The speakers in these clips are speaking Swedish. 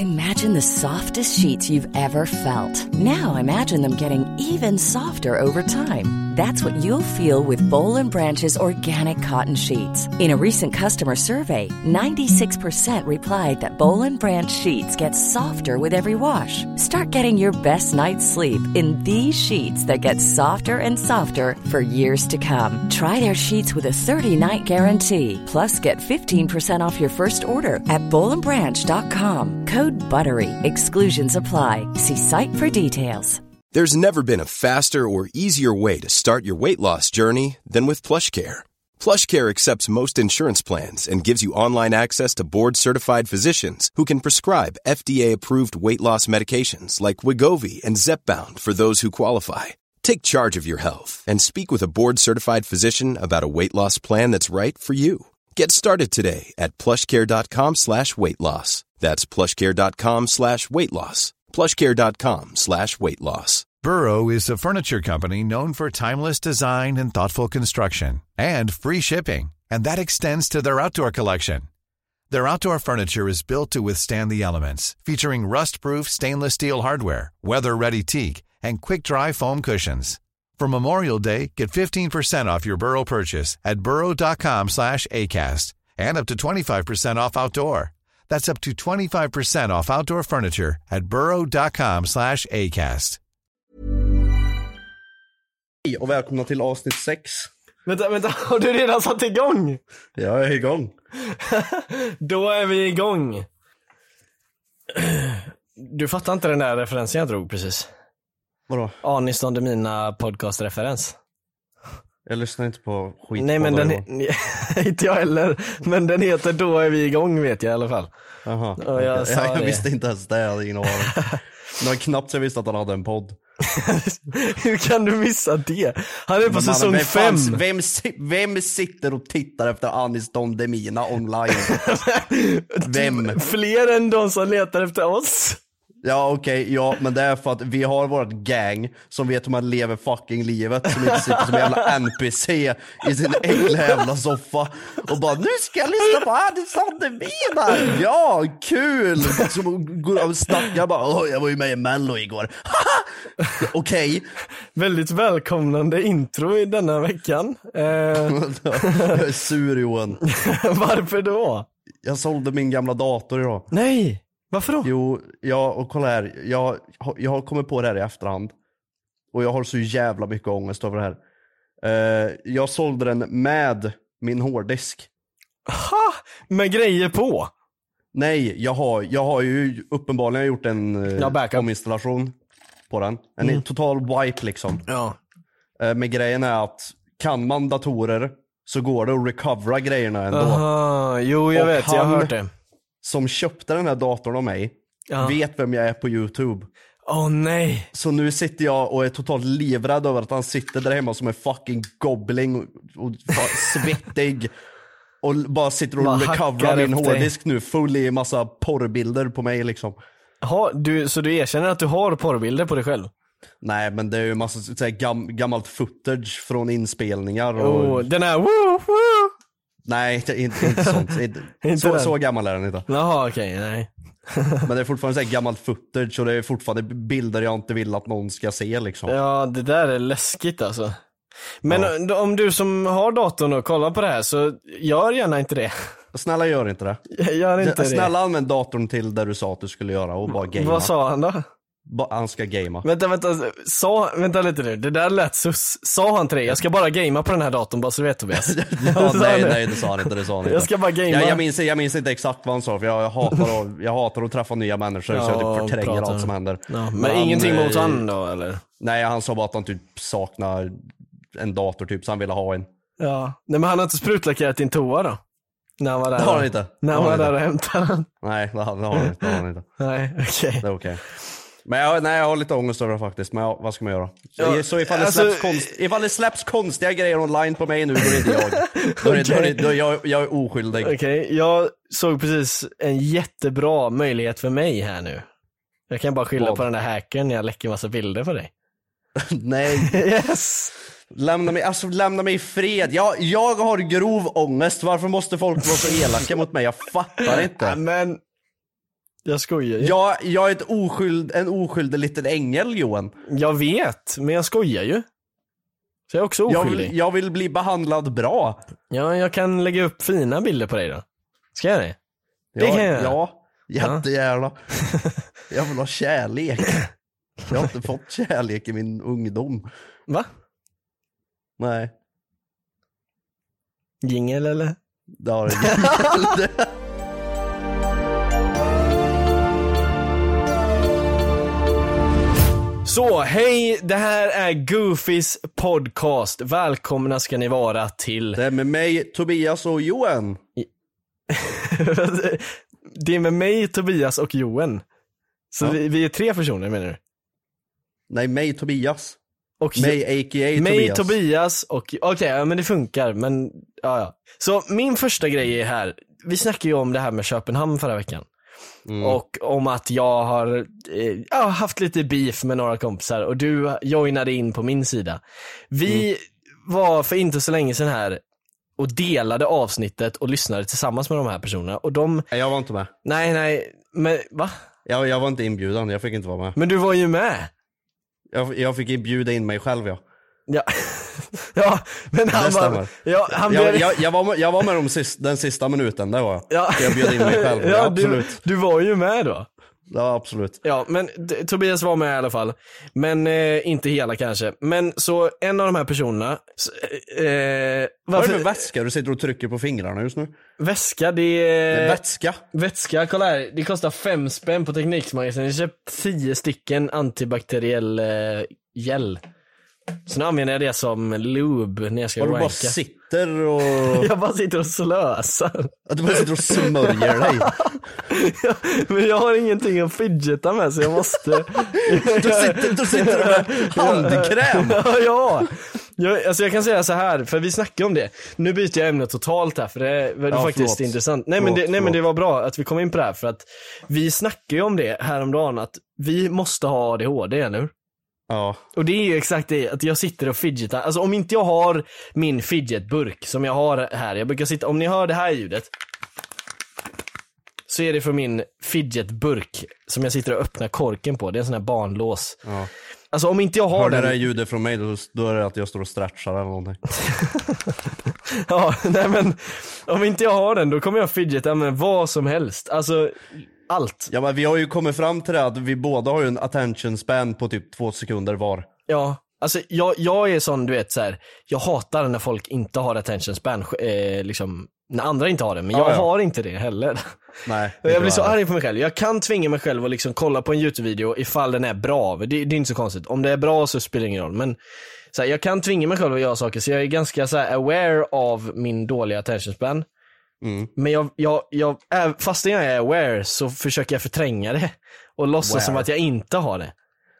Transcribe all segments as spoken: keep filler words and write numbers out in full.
Imagine the softest sheets you've ever felt. Now imagine them getting even softer over time. That's what you'll feel with Boll and Branch's organic cotton sheets. In a recent customer survey, ninety-six percent replied that Boll and Branch sheets get softer with every wash. Start getting your best night's sleep in these sheets that get softer and softer for years to come. Try their sheets with a thirty-night guarantee. Plus, get fifteen percent off your first order at boll and branch dot com. Code BUTTERY. Exclusions apply. See site for details. There's never been a faster or easier way to start your weight loss journey than with PlushCare. PlushCare accepts most insurance plans and gives you online access to board-certified physicians who can prescribe F D A-approved weight loss medications like Wegovy and Zepbound for those who qualify. Take charge of your health and speak with a board-certified physician about a weight loss plan that's right for you. Get started today at plushcare.com slash weight loss. That's plushcare.com slash weight loss. plushcare.com slash weight loss. Burrow is a furniture company known for timeless design and thoughtful construction and free shipping, and that extends to their outdoor collection. Their outdoor furniture is built to withstand the elements, featuring rust-proof stainless steel hardware, weather-ready teak, and quick-dry foam cushions. For Memorial Day, get fifteen percent off your Burrow purchase at burrow.com slash ACAST and up to twenty-five percent off outdoor. That's up to twenty-five percent off outdoor furniture at burrow.com slash ACAST. Hej och välkomna till avsnitt sex. Vänta, vänta, har du redan satt igång? Jag är igång. Då är vi igång. Du fattar inte den där referensen jag drog precis? Vadå? Anis om det mina podcastreferens. Jag lyssnar inte på skit. Nej, men den är, inte jag heller. Men den heter Då är vi igång, vet jag i alla fall. Jaha. Och jag, okay. jag, jag visste inte ens det, jag hade ingen aning. Det var knappt så jag visste att han hade en podd. Hur kan du missa det? Han är på men säsong man, fem. Fan, vem, vem sitter och tittar efter Anis Don Demina online? Vem? Fler än de som letar efter oss. Ja okej, okay, ja men det är för att vi har vårt gang som vet hur man lever fucking livet, som inte sitter som en jävla N P C i sin äckla jävla soffa och bara, nu ska jag lyssna på Anis Don Demina. Ja, kul. Som går och snackar bara, åh jag var ju med i Mello igår. Okej. Okay. Väldigt välkomnande intro i denna veckan. eh... Jag är sur Johan. Varför då? Jag sålde min gamla dator idag. Nej. Varför då? Jo, ja, och kolla här. Jag, jag har kommit på det här i efterhand. Och jag har så jävla mycket ångest över det här. Uh, jag sålde den med min hårddisk. Ha! Med grejer på? Nej, jag har, jag har ju uppenbarligen gjort en uh, ominstallation på den. En mm. total wipe liksom. Ja. Uh, men grejen är att kan man datorer så går det att recovera grejerna ändå. Aha, jo, jag och vet, jag har hört det. Som köpte den här datorn av mig, ja. Vet vem jag är på YouTube. Åh oh, nej. Så nu sitter jag och är totalt livrädd över att han sitter där hemma som en fucking gobbling och, och svettig och bara sitter och recoverar min hårddisk nu full i massa porrbilder på mig liksom. Ha, du, så du erkänner att du har porrbilder på dig själv? Nej, men det är ju massa så här, gam, gammalt footage från inspelningar och... Oh, den här woo, woo. Nej, inte, inte sånt. Inte, inte så, så gammal är den inte. Jaha, okej, okay, nej. Men det är fortfarande så här gammalt footage och det är fortfarande bilder jag inte vill att någon ska se liksom. Ja, det där är läskigt alltså. Men ja. Om du som har datorn och kollar på det här, så gör gärna inte det. Snälla gör inte det. Gör inte Snälla det. Snälla använd datorn till det du sa att du skulle göra och bara gamea. Vad sa han då? Han ska gamea. Vänta, vänta, sa, vänta lite nu. Det där lät sus. Sa han till dig? Jag ska bara gamea på den här datorn, bara så du vet, Tobias. Ja, nej, nej, det sa han inte, det sa han inte. Jag ska bara gamea. Jag, jag, minns, jag minns inte exakt vad han sa, för jag hatar att, jag hatar att träffa nya människor, ja, så jag typ förtränger allt som händer. Ja, men, men ingenting han, mot han då, eller? Nej, han sa bara att han typ saknar en dator typ, så han ville ha en. Ja, nej, men han har inte sprutlackerat din toa då? När han var där. Det har han inte. När han var där och hämtade den. Nej, det har, det har han inte. Det har han inte. Nej, okej. Okay. Det är okej. Okay. Men jag, nej, jag har lite ångest över det faktiskt. Men ja, vad ska man göra? Ja, så ifall det, alltså, släpps konst, ifall det släpps konstiga grejer online på mig nu, då är det inte jag. Då är, okay. då är, det, då är jag, jag är oskyldig. Okej, okay. Jag såg precis en jättebra möjlighet för mig här nu. Jag kan bara skylla vad? På den där hacken när jag läcker massa bilder på dig. Nej. Yes. Lämna mig, alltså lämna mig i fred. Jag, jag har grov ångest. Varför måste folk vara så elaka mot mig? Jag fattar inte. Men Jag skojar ju. Jag, jag är ett oskyld, en oskyldig liten ängel, Johan. Jag vet, men jag skojar ju. Så jag är också Jag oskyldig. vill, jag vill bli behandlad bra. Ja, jag kan lägga upp fina bilder på dig då. Ska jag det? Det Ja, kan jag. ja, jättegärna. Jag vill ha kärlek. Jag har inte fått kärlek i min ungdom. Va? Nej. Jingel eller? Det har det inte. Så, hej, det här är Goofys podcast. Välkomna ska ni vara till... Det är med mig, Tobias och Johan. Det är med mig, Tobias och Johan. Så Ja. vi, vi är tre personer, menar du? Nej, mig, Tobias. Och Mig, a k a. mig, Tobias. Tobias och... Okej, okay, ja, men det funkar, men... Ja, ja. Så min första grej är här. Vi snackade ju om det här med Köpenhamn förra veckan. Mm. Och om att jag har eh, ja, haft lite beef med några kompisar och du joinade in på min sida. Vi mm. var för inte så länge sedan här och delade avsnittet och lyssnade tillsammans med de här personerna. Och de... Jag var inte med. Nej, nej, men va? Jag, jag var inte inbjudan, jag fick inte vara med. Men du var ju med. Jag, jag fick inbjuda in mig själv, ja. Ja, ja men han var... Ja, han jag, jag, jag, var med, jag var med de sista, den sista minuten, det var jag. Ja. Jag bjöd in mig själv, ja, ja, absolut. Du, du var ju med då. Ja, absolut. Ja, men t- Tobias var med i alla fall. Men eh, inte hela kanske. Men så en av de här personerna... Så, eh, Vad är det för väska du sitter och trycker på fingrarna just nu? Väska, det är... Det är vätska. Vätska, kolla här. Det kostar fem spänn på Teknikmagasinet. Jag köpt tio stycken antibakteriell eh, gel. Så nu använder jag det som lube när jag ska och du ranka. bara sitter och... Jag bara sitter och slösar. Att du bara sitter och smörjer dig. Ja, men jag har ingenting att fidgeta med så jag måste... Du sitter, du sitter med handkräm. Ja, ja. Jag, alltså jag kan säga så här, för vi snackade om det. Nu byter jag ämne totalt här, för det var ja, faktiskt förlåt. intressant. Nej, förlåt, men det, nej men det var bra att vi kom in på det här, för att vi snackade ju om det häromdagen, att vi måste ha A D H D, eller hur? Ja. Och det är ju exakt det, att jag sitter och fidgetar. Alltså om inte jag har min fidgetburk som jag har här, jag brukar sitta, om ni hör det här ljudet, så är det för min fidgetburk som jag sitter och öppnar korken på. Det är en sån här barnlås. Ja. Alltså om inte jag har Hör den... det där ljudet från mig, då, då är det att jag står och stretchar eller någonting. Ja, nej men om inte jag har den, då kommer jag fidgeta med vad som helst. Alltså allt. Ja, men vi har ju kommit fram till det att vi båda har ju en attention span på typ två sekunder var. Ja, alltså jag, jag är sån, du vet så här, jag hatar när folk inte har attention span, eh, liksom, när andra inte har det, men jag ja, ja. har inte det heller. Nej. Jag blir så arg på mig själv. Jag kan tvinga mig själv att liksom kolla på en YouTube-video ifall den är bra. Det, det är inte så konstigt. Om det är bra så spelar det ingen roll. Men så här, jag kan tvinga mig själv att göra saker, så jag är ganska så här, aware av min dåliga attention span. Mm. Men jag, jag, jag är, fast jag är aware så försöker jag förtränga det och låtsas wow. som att jag inte har det.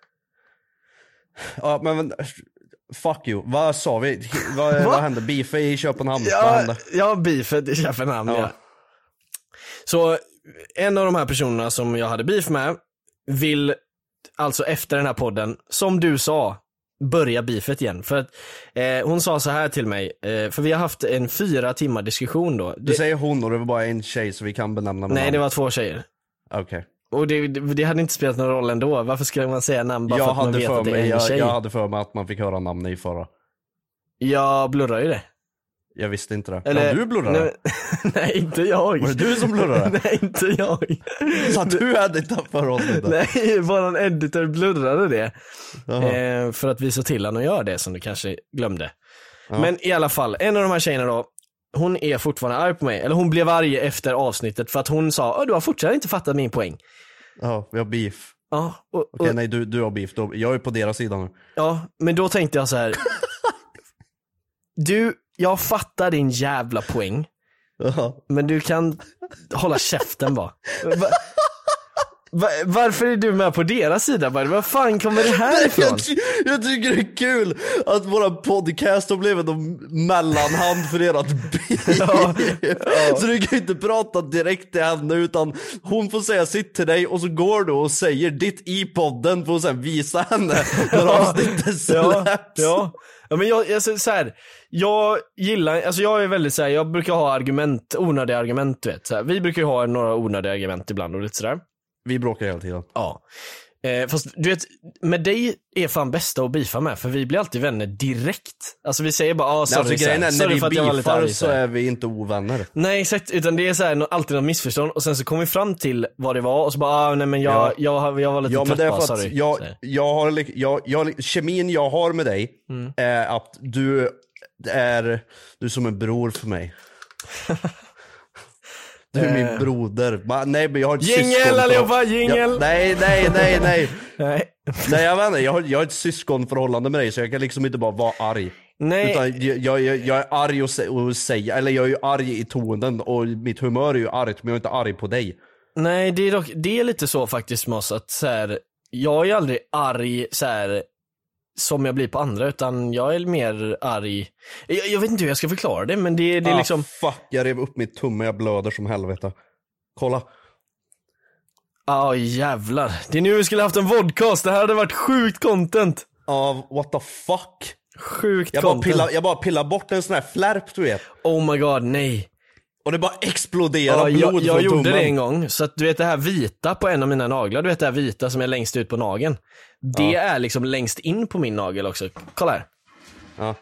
Ja, men fuck you. Vad sa vi? Vad, Va? vad hände? Beef i Köpenhamn? Ja, vad hände? Ja, beef i Köpenhamn, ja. ja. Så en av de här personerna som jag hade beef med vill alltså efter den här podden, som du sa, börja beefet igen. För att eh, hon sa så här till mig, eh, för vi har haft en fyra timmar diskussion då. Du det... säger hon och det var bara en tjej så vi kan benämna med Nej, namn. det var två tjejer. Okej. Okay. Och det, det, det hade inte spelat någon roll ändå. Varför skulle man säga namn bara jag för att man hade vet för att det är mig, en jag, tjej? Jag hade för mig att man fick höra namn i förra. Jag blurrar ju det. Jag visste inte det. Eller, ja, du blurrade? Nej, nej, inte jag. Var det du som blurrade? Nej, inte jag. Så att du hade inte för oss lite? Nej, våran editor blurrade det. Eh, för att visa till han och göra det som du kanske glömde. Aha. Men i alla fall, en av de här tjejerna då, hon är fortfarande arg på mig. Eller hon blev arg efter avsnittet för att hon sa, du har fortfarande inte fattat min poäng. Ja, vi har beef. Ja, och, och, Okej, nej, du, du har beef. Jag är på deras sida nu. Ja, men då tänkte jag så här. Du, jag fattar din jävla poäng. Uh-huh. Men du kan hålla käften bara. Va, va, varför är du med på deras sida? Vad fan kommer det här ifrån? jag, ty- jag tycker det är kul att våra podcast har blivit en mellanhand för ert beef. Ja, ja. Så du kan inte prata direkt till henne, utan hon får säga sitt till dig och så går du och säger ditt i podden för att sen visa henne när avsnittet släpps. Ja, ja. Ja, men jag, alltså, så här, jag gillar, alltså jag är väldigt så här, jag brukar ha argument, onödiga argument, du vet. Så här, vi brukar ju ha några onödiga argument ibland och lite sådär. Vi bråkar hela tiden. Ja. Eh, fast du vet, med dig är fan bästa att beefa med, för vi blir alltid vänner direkt. Alltså vi säger bara, ah, sorry, alltså, grejen är, sorry när vi för att jag var lite beefar arg, så är vi inte ovänner. Nej exakt, utan det är så här, alltid något missförstånd och sen så kommer vi fram till vad det var och så bara, ah, nej men jag, Ja. jag, jag, jag var lite Ja, men trött det är bara, för att sorry. jag, Så här. jag har, lik- jag, jag, kemin jag har med dig Mm. är att du är, du är som en bror för mig. Du är min broder. Ma, nej, men jag har ett Jingel, syskon. allihopa, jingel! Jag, nej, nej, nej, nej. Nej. Nej, jag vet inte, jag har, jag har ett syskonförhållande med dig så jag kan liksom inte bara vara arg. Nej. Utan jag, jag, jag, jag är arg och, sä, och säga, eller jag är ju arg i tonen och mitt humör är ju argt, men jag är inte arg på dig. Nej, det är dock, det är lite så faktiskt med oss att så här, jag är aldrig arg så här som jag blir på andra, utan jag är mer arg. Jag, jag vet inte hur jag ska förklara det, men det, det är ah, liksom fuck, jag rev upp mitt tumme, jag blöder som helvete. Kolla. Ja, ah, jävlar. Det är nu vi skulle haft en vodcast. Det här hade varit sjukt content. Av uh, what the fuck? Sjukt jag bara, content. pillar, jag bara pillar bort en sån här flärp, du vet. Oh my god, nej. Och det bara exploderar Ja, blod jag, från jag gjorde tummen. det en gång. Så att du vet det här vita på en av mina naglar, du vet det här vita som är längst ut på nageln. Det Ja. är liksom längst in på min nagel också. Kolla här. Ja.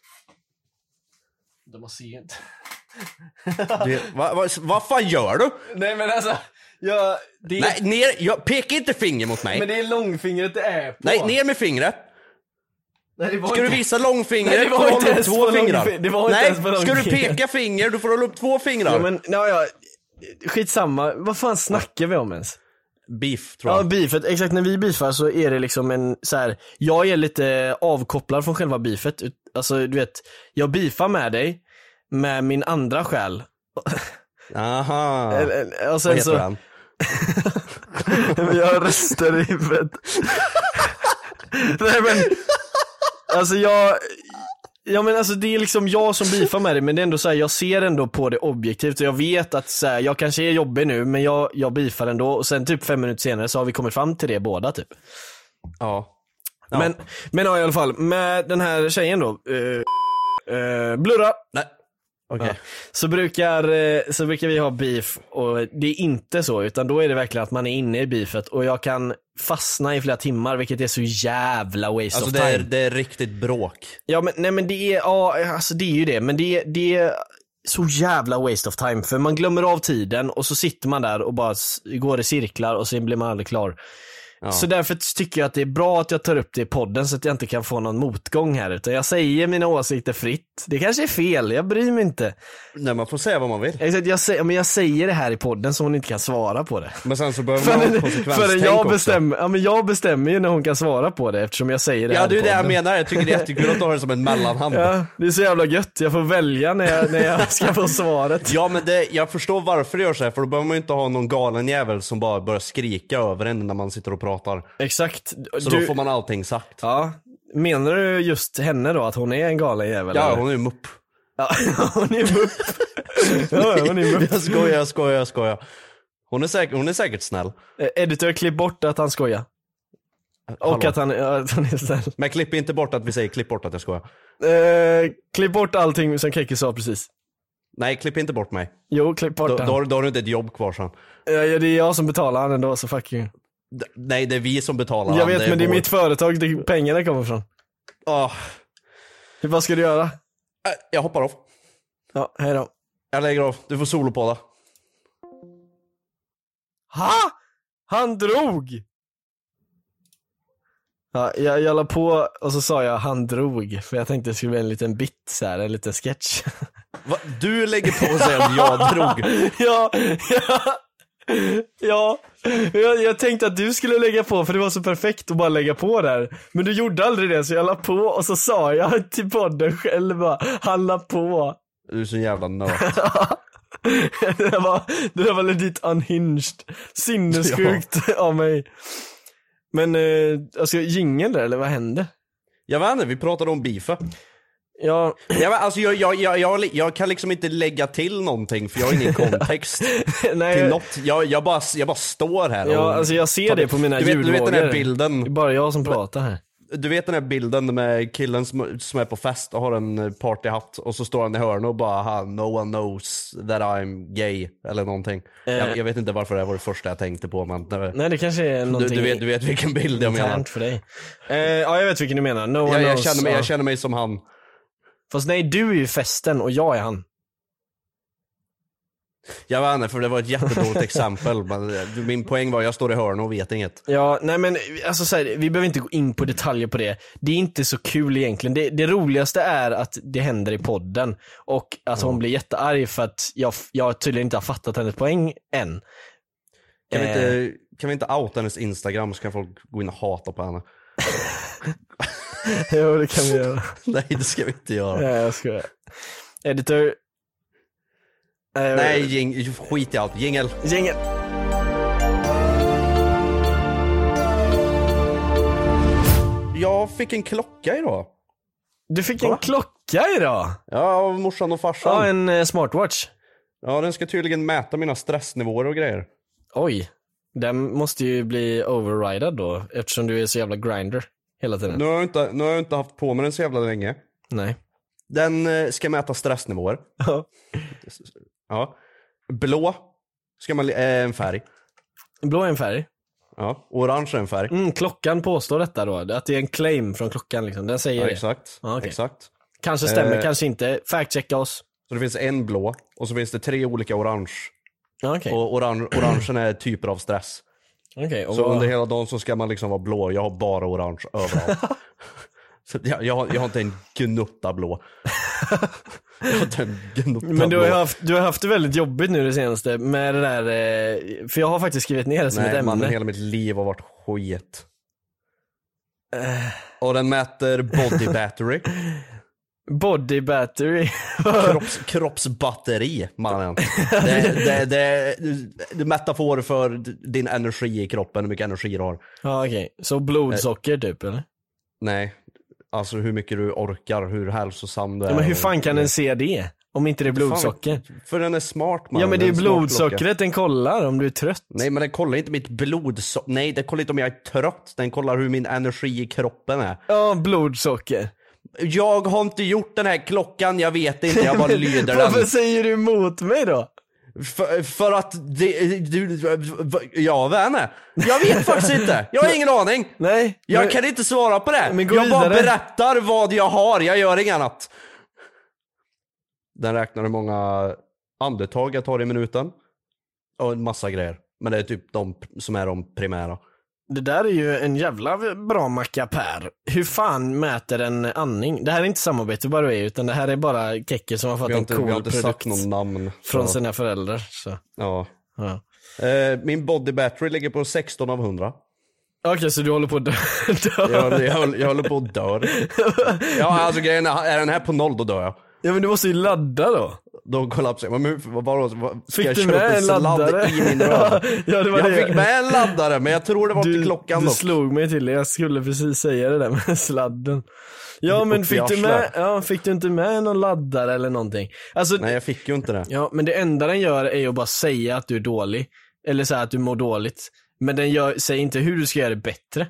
De har se inte. Det, vad va, va fan gör du? Nej men alltså, jag, det är, Nej, ner, jag, peka inte finger mot mig. men det är långfingret det är på. Nej, ner med fingret. Nej, det var Ska inte... du visa långfingret? Nej, det var får du inte hålla upp ens två på fingrar. långfing- det var inte Nej, ens på ska du långfingret. peka finger, du får hålla upp två fingrar. Ja men, ja, ja, skitsamma. Vad fan snackar vi om ens? Beef, tror Ja, jag. beefet. Exakt, när vi beefar så är det liksom en så här. Jag är lite avkopplad från själva beefet. Alltså, du vet, jag beefar med dig med min andra själ. Aha. Och sen Vad heter så... han? Jag har röster i huvudet. Nej men, alltså jag... Ja men alltså det är liksom jag som beefar med det, men det är ändå så här, jag ser ändå på det objektivt och jag vet att så här, jag kanske är jobbig nu, men jag, jag beefar ändå, och sen typ fem minuter senare så har vi kommit fram till det båda typ. Ja. Ja. Men, men ja, i alla fall, med den här tjejen då, uh, uh, Blurra. Nej. Okej. Ja. Så brukar, eh, så brukar vi ha beef, och det är inte så, utan då är det verkligen att man är inne i beefet och jag kan fastna i flera timmar, vilket är så jävla waste Alltså of det time. är, det är riktigt bråk. Ja men nej men det är, ja alltså det är ju det, men det, det är så jävla waste of time, för man glömmer av tiden och så sitter man där och bara s- går i cirklar och sen blir man aldrig klar. Ja. Så därför tycker jag att det är bra att jag tar upp det i podden så att jag inte kan få någon motgång här, utan jag säger mina åsikter fritt. Det kanske är fel, jag bryr mig inte. Nej, man får säga vad man vill. Exakt, jag, säger, men jag säger det här i podden så hon inte kan svara på det. Men sen så behöver man ha Förrän, konsekvenstänk förrän jag också. bestämmer, ja men jag bestämmer ju när hon kan svara på det, eftersom jag säger det Ja, här det är i det jag podden. menar. Jag tycker det är jättekul att du har det som en mellanhand. Ja, det är så jävla gött. Jag får välja när jag, när jag ska få svaret. Ja, men det, jag förstår varför det gör så här, för då behöver man ju inte ha någon galen jävel som bara börjar skrika över en när man sitter och pratar. Exakt. Så Du, då får man allting sagt. ja, menar du just henne då, att hon är en galen jävel? Ja, eller? hon är ju mupp. Ja, hon är mupp. Ja, hon är mupp. Jag skojar, jag skojar, jag skojar. Hon är säkert, hon är säkert snäll. Eh, Editor, klipp bort att han skojar. Och Hallå. att han, ja, att han är snäll. Men klipp inte bort att vi säger klipp bort att jag skojar. Eh, klipp bort allting som Keke sa precis. Nej, klipp inte bort mig. Jo, klipp bort Då, han. då, har- då har du inte ett jobb kvar sen. Eh, ja, det är jag som betalar han ändå, så fuck you. D- Nej, det är vi som betalar. Jag han, vet, men det är vår- mitt företag det pengarna kommer ifrån. Åh, Vad ska du göra? äh, jag hoppar av. Ja, hej då. Jag lägger av. Du får solo på det. Ha? Han drog! Ja, jag, jag la på och så sa jag han drog, för jag tänkte det skulle bli en liten bit så här, en liten sketch. Va? Du lägger på och säger att jag drog. ja, ja, ja. Jag, jag tänkte att du skulle lägga på, för det var så perfekt att bara lägga på där. Men du gjorde aldrig det, så jag la på och så sa jag till podden själv bara, han la på. Du är så jävla nöt. det, där var, det där var legit unhinged. Sinnessjukt av mig. Men, eh, alltså jingeln där, eller vad hände? Jag vet inte, vi pratade om beefa. Ja, Jag, vet, alltså, jag, jag, jag, jag, jag kan liksom inte lägga till någonting, för jag har ingen kontext nej, till något. Jag, jag, bara, jag bara står här och... ja, alltså jag ser det på mina du vet, du ljudvågor. vet den här Det är bilden. bara jag som pratar här. Du vet den här bilden med killen som, som är på fest och har en partyhatt och så står han i hörn och bara no one knows that I'm gay eller någonting. Eh. Jag, jag vet inte varför det var det första jag tänkte på, men nej, det kanske är någonting. Du, du, vet, du vet vilken bild jag menar. För dig. Eh, ja, jag vet vilken du menar. No one jag, jag, knows, känner mig, ja. jag känner mig som han. Fast nej, du är ju festen och jag är han. Jag vet inte, för det var ett jättedåligt exempel. Men min poäng var att jag står i hörn och vet inget. Ja, nej men alltså så här, vi behöver inte gå in på detaljer på det. Det är inte så kul egentligen. Det, det roligaste är att det händer i podden. Och att hon blir jättearg för att jag, jag tydligen inte har fattat hennes poäng än. Kan vi eh. inte, kan vi inte outa hennes Instagram så kan folk gå in och hata på henne? Jo, det kan vi göra. Nej, det ska vi inte göra. Ja, jag ska. Editor. Uh, Nej, jing, skit i allt. Jingel. Jingel. Jag fick en klocka idag. Du fick Va? en klocka idag? Ja, av morsan och farsan. Ja, en uh, smartwatch. Ja, den ska tydligen mäta mina stressnivåer och grejer. Oj. Den måste ju bli overrided då, eftersom du är så jävla grinder hela tiden. Nu har jag inte, nu har jag inte haft på mig den så jävla länge. Nej. Den uh, ska mäta stressnivåer. Ja. Ja. Blå ska man, äh, en färg. Blå är en färg. Ja, orange är en färg. Mm, klockan påstår detta då, att det är en claim från klockan liksom. Den säger ja, det. Exakt. Ja, okay. Exakt. Kanske stämmer, eh, kanske inte. Fact-checka oss. Så det finns en blå och så finns det tre olika orange. Ja, okay. Och orange, orangen är typer av stress. Okay, och så vad... under hela dagen så ska man liksom vara blå. Jag har bara orange överallt. Så jag, jag, har, jag har inte en gnutta blå. Jag har inte en gnutta Men du har, blå. haft, du har haft det väldigt jobbigt nu det senaste med det där, eh, för jag har faktiskt skrivit ner det som Nej, ett ämne. Nej, hela mitt liv har varit skit. Uh... Och den mäter body battery. Body battery. Kropps, kroppsbatteri, mannen. Det, det, det, det är metafor för din energi i kroppen, hur mycket energi du har. Ja, okej. Okay. Så blodsocker typ, eller? Nej, alltså hur mycket du orkar, hur hälsosam du är. Ja, men hur fan kan den se det? Om inte det är blodsocker. Fan, för den är smart, man. Ja, men det är en blodsockret den kollar om du är trött. Nej, men den kollar inte mitt blodsocker. Nej, den kollar inte om jag är trött. Den kollar hur min energi i kroppen är. Ja, blodsocker. Jag har inte gjort den här klockan, jag vet inte, jag bara lyder den. Varför säger du emot mig då? För, för att det, du, jag vet inte. Jag vet faktiskt inte. Jag har ingen aning. Nej. Jag men, kan inte svara på det. Men gå jag bara vidare. berättar vad jag har. Jag gör inget annat. Den räknar hur många andetag jag tar i minuten. Och en massa grejer. Men det är typ de som är de primära. Det där är ju en jävla bra macka Per. Hur fan mäter en andning? Det här är inte samarbete bara är, utan det här är bara Kekke som har fått vi har en inte, cool vi har inte produkt sagt någon namn. från så. sina föräldrar. Så. Ja. Ja. Eh, min body battery ligger på sexton av hundra. Okej, okay, så du håller på att dö? jag, jag, jag håller på att dö. Ja, alltså grejen är, är den här på noll då dör jag. Ja, men du måste ju ladda då. Då kollapsar jag. Men vad, vad, vad, ska fick jag du köra med upp en laddare? I min röv? Ja, det var jag det. fick med en laddare, men jag tror det var du, till klockan Du dock. slog mig till det. Jag skulle precis säga det där med sladden. Ja, men fick du, med, ja, fick du inte med någon laddare eller någonting? Alltså, nej, jag fick ju inte det. Ja, men det enda den gör är ju att bara säga att du är dålig. Eller så här att du mår dåligt. Men den gör, säger inte hur du ska göra det bättre.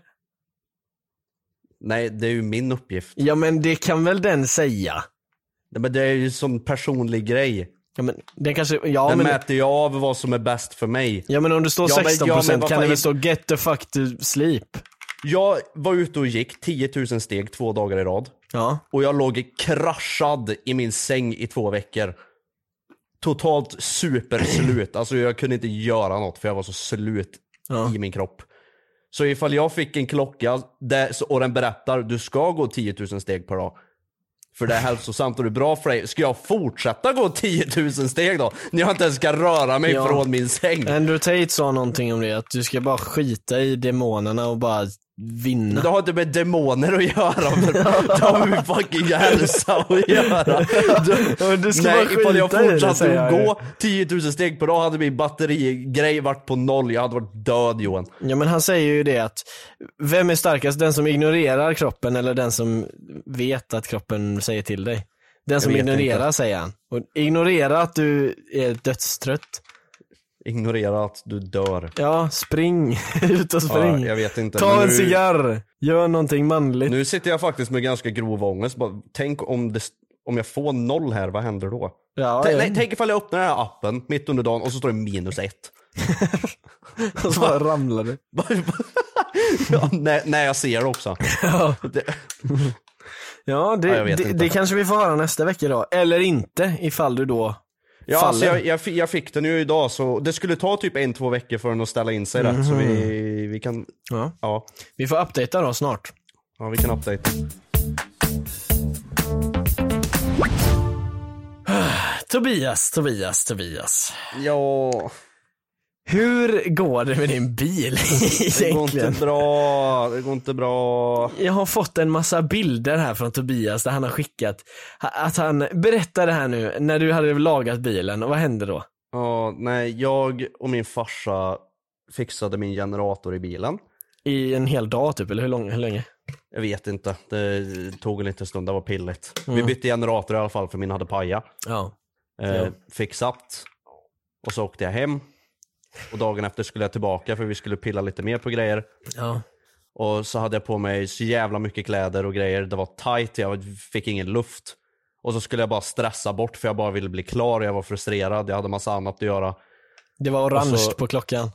Nej, det är ju min uppgift. Ja, men det kan väl den säga. Nej, men det är ju en sån personlig grej. Ja, men den kanske, ja, den men mäter ju av vad som är bäst för mig. Ja, men om du står ja, sexton procent men, ja, men kan det fan, väl stå get the fuck to sleep. Jag var ute och gick tio tusen steg två dagar i rad. Ja. Och jag låg kraschad i min säng i två veckor. Totalt superslut. Alltså jag kunde inte göra något för jag var så slut ja. i min kropp. Så ifall jag fick en klocka där, och den berättar du ska gå tio tusen steg per dag. För det är hälsosamt och det är bra för dig. Ska jag fortsätta gå tio tusen steg då? När jag inte ens ska röra mig ja. från min säng. Andrew Tate sa någonting om det. Att du ska bara skita i demonerna och bara vinna. Det har inte med demoner att göra. Det har med fucking hälsa att göra. Du, du ska nej, bara ifall jag fortsatte att gå tio tusen steg per dag hade min batterigrej varit på noll. Jag hade varit död, Johan. Ja, men han säger ju det att vem är starkast? Den som ignorerar kroppen eller den som vet att kroppen säger till dig? Den som ignorerar, inte. Säger han. Och ignorera att du är dödstrött. Ignorera att du dör. Ja, spring. Ut och spring. Ja, jag vet inte. Ta Men en nu, cigarr. Gör någonting manligt. Nu sitter jag faktiskt med ganska grov ångest. Bara, tänk om, det, om jag får noll här, vad händer då? Ja, T- ja. nej, tänk ifall jag öppnar den här appen mitt under dagen och så står det minus ett. Och så bara ramlar det. Ja, när, när jag ser det också. Ja, Det, ja, det, Ja, jag vet det, inte. det kanske vi får höra nästa vecka då. Eller inte, ifall du då ja, faller. alltså jag, jag, fi- jag fick den ju idag, så det skulle ta typ en, två veckor för den att ställa in sig rätt. Så vi, vi kan, Ja. ja, Vi får updatea då snart. ja, vi kan update. Tobias, Tobias, Tobias. Ja, Hur går det med din bil det går inte egentligen? bra, det går inte bra. Jag har fått en massa bilder här från Tobias där han har skickat att han berättade här nu när du hade lagat bilen, och vad hände då? Ja, nej, jag och min farsa fixade min generator i bilen. I en hel dag typ, eller hur, lång, hur länge? Jag vet inte, det tog en liten stund, det var pilligt. Vi bytte generator i alla fall för min hade pajat. Ja. Eh, Ja. Fixat. Och så åkte jag hem. Och dagen efter skulle jag tillbaka för vi skulle pilla lite mer på grejer. Ja. Och så hade jag på mig så jävla mycket kläder och grejer. Det var tight, jag fick ingen luft. Och så skulle jag bara stressa bort för jag bara ville bli klar. Jag var frustrerad, jag hade massa annat att göra. Det var orange Och så- på klockan.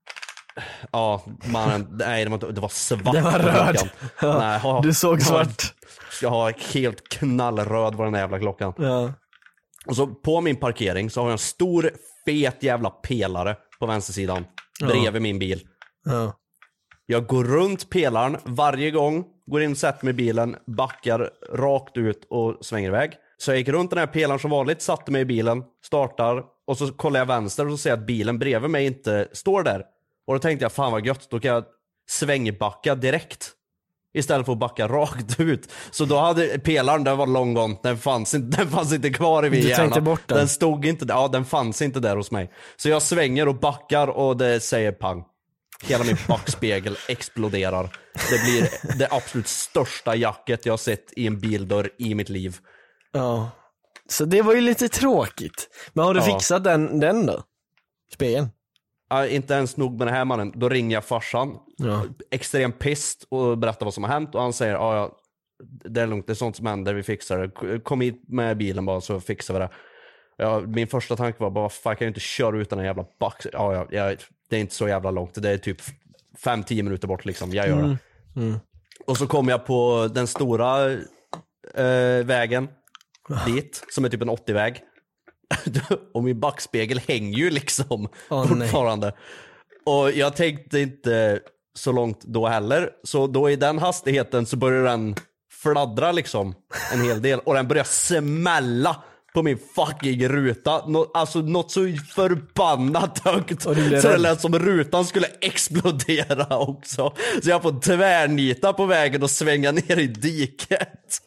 Ja, mannen, nej det var, inte, det var svart Det var på röd. klockan. Ja, Nej, ha, du såg ha- svart. Jag har helt knallröd var den där jävla klockan. Ja. Och så på min parkering så har jag en stor fet jävla pelare på vänstersidan bredvid min bil. Ja. Jag går runt pelaren varje gång, går in, sätter mig i bilen, backar rakt ut och svänger iväg. Så jag gick runt den här pelaren som vanligt, satte mig i bilen, startar och så kollar jag vänster och så ser jag att bilen bredvid mig inte står där. Och då tänkte jag, fan vad gött, då kan jag svängbacka direkt istället för att backa rakt ut. Så då hade pelaren, den var long gone, den fanns inte, den fanns inte kvar i min Du hjärna. tänkte bort den? Den stod inte där, ja den fanns inte där hos mig. Så jag svänger och backar och det säger pang. Hela min backspegel exploderar. Det blir det absolut största jacket jag har sett i en bildörr i mitt liv. Ja. Så det var ju lite tråkigt. Men har du Ja. fixat den, den då? Spegeln? Ja, inte ens nog med det här mannen. Då ringer jag farsan. Ja. Extremt pissed och berättar vad som har hänt. Och han säger, ja, ja det är lugnt, det är sånt som händer, vi fixar det. Kom hit med bilen bara så fixar vi det. Ja, min första tanke var bara, vad fan kan jag inte köra ut den här jävla back. Ja, ja, jag, det är inte så jävla långt. Det är typ fem till tio minuter bort liksom. Jag gör det. Mm. Mm. Och så kom jag på den stora eh, vägen dit, som är typ en åttio-väg. Och min backspegel hänger ju liksom Åh, fortfarande. Och jag tänkte inte så långt då heller. Så då i den hastigheten så börjar den fladdra liksom en hel del. Och den börjar smälla på min fucking ruta. Nå, alltså något så förbannat högt. Och du blev Så det rädd. lät som rutan skulle explodera också. Så jag får tvärnita på vägen och svänga ner i diket.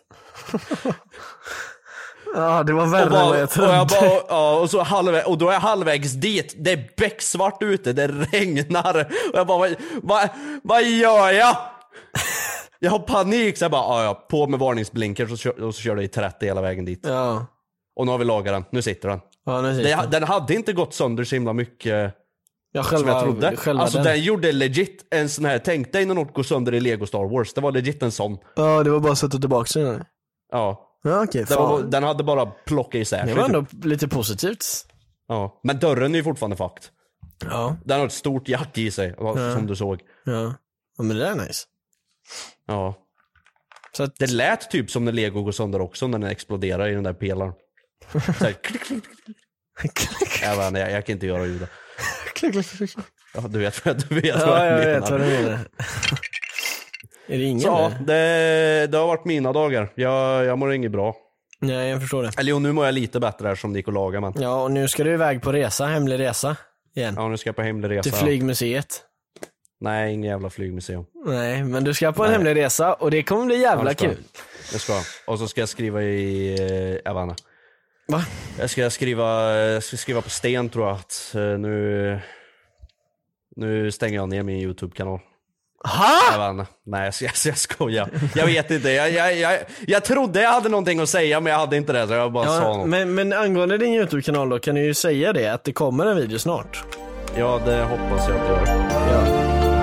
Ja, det var Och, värre än bara, vad jag och, trodde. jag bara, ja, och, så halvväg, och då är jag halvvägs dit. Det är becksvart ute, det regnar. Och jag bara, vad, vad, vad gör jag? Jag har panik, så jag bara, ja, ja, på med varningsblinker och så, och så kör det i trettio hela vägen dit. Ja. Och nu har vi lagat den, nu sitter den. Ja, nu sitter Det, den. den hade inte gått sönder så himla mycket Ja, som själva, jag trodde. själva Alltså den. den gjorde legit en sån här, tänk dig när något går sönder i Lego Star Wars. Det var legit en sån. Ja, det var bara att sätta tillbaka den. Ja, Ja, okej. det var, fan. den hade bara plockat isär Det sig, var typ. ändå lite positivt. Ja, men dörren är ju fortfarande fucked. Ja. Den har ett stort jack i sig, som du såg. Ja. Ja, men det är nice. Ja. Så att, Det lät typ som när Lego går sönder också, när den exploderar i den där pelaren. Så här, klick, klick, klick. Jag, vet, inte, jag, jag kan inte göra ljudet. Ja, du vet, du vet ja, vad jag, jag menar. vet vad du menar. Är det ingen Så ja, nu? det, det har varit mina dagar. Jag, jag mår inget bra. Nej, jag förstår det. Eller jo, nu mår jag lite bättre här som det gick att laga, men Ja, och nu ska du iväg på resa, hemlig resa. Igen. ja, nu ska jag på hemlig resa. Till flygmuseet. Nej, ingen jävla flygmuseum. Nej, men du ska på en Nej. hemlig resa och det kommer bli jävla Ja, det ska jag. kul. Det ska jag. Och så ska jag skriva i, eh, jag vet inte. Va? Jag ska skriva, jag ska skriva på sten tror jag att eh, nu, nu stänger jag ner min YouTube-kanal. Ha? Jag vet inte. Nej, jag, jag, jag skojar. Jag vet inte. Jag, jag, jag, jag trodde jag hade någonting att säga, men jag hade inte det, så jag bara sa Ja, något. men, men angående din YouTube-kanal då kan du ju säga det, att det kommer en video snart. Ja, det hoppas jag att jag gör. Ja.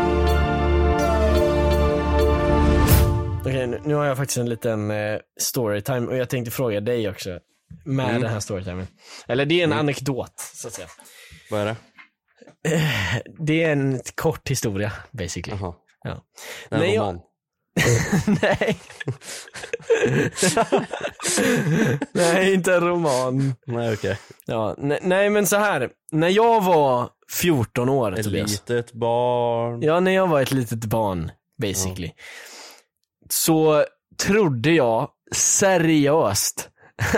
Okej, nu, nu har jag faktiskt en liten eh, storytime och jag tänkte fråga dig också med mm. den här storytimen. Eller det är en mm. anekdot, så att säga. Vad är det? Det är en kort historia, basically. Jaha. Ja. En Nej, roman. Jag... Nej. Nej, inte en roman. Nej, okej. Okay. Ja, nej, nej, men så här. När jag var fjorton år, ett Tobias. litet barn. Ja, när jag var ett litet barn, basically. Ja. Så trodde jag seriöst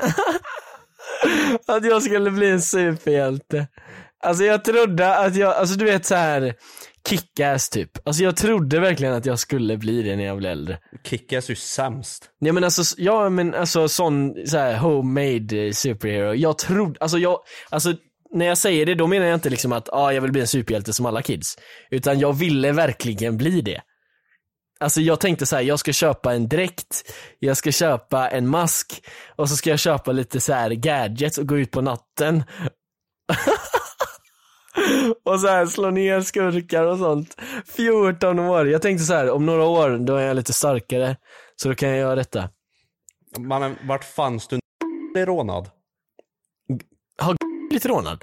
att jag skulle bli en superhjälte. Alltså jag trodde att jag, alltså du vet så här Kick-Ass typ. Alltså jag trodde verkligen att jag skulle bli det när jag blev äldre. Kick-Ass är ju sämst. Ja men alltså, ja men alltså sån så här homemade superhero. Jag trodde, alltså jag, alltså när jag säger det då menar jag inte liksom att ah, jag vill bli en superhjälte som alla kids. Utan jag ville verkligen bli det. Alltså jag tänkte så här, jag ska köpa en dräkt, jag ska köpa en mask och så ska jag köpa lite så här gadgets och gå ut på natten. Och så här slå ner skurkar och sånt. fjorton år. Jag tänkte så här, om några år då är jag lite starkare, så då kan jag göra detta. Man, vart fanns du blir rånad? Har blivit rånad?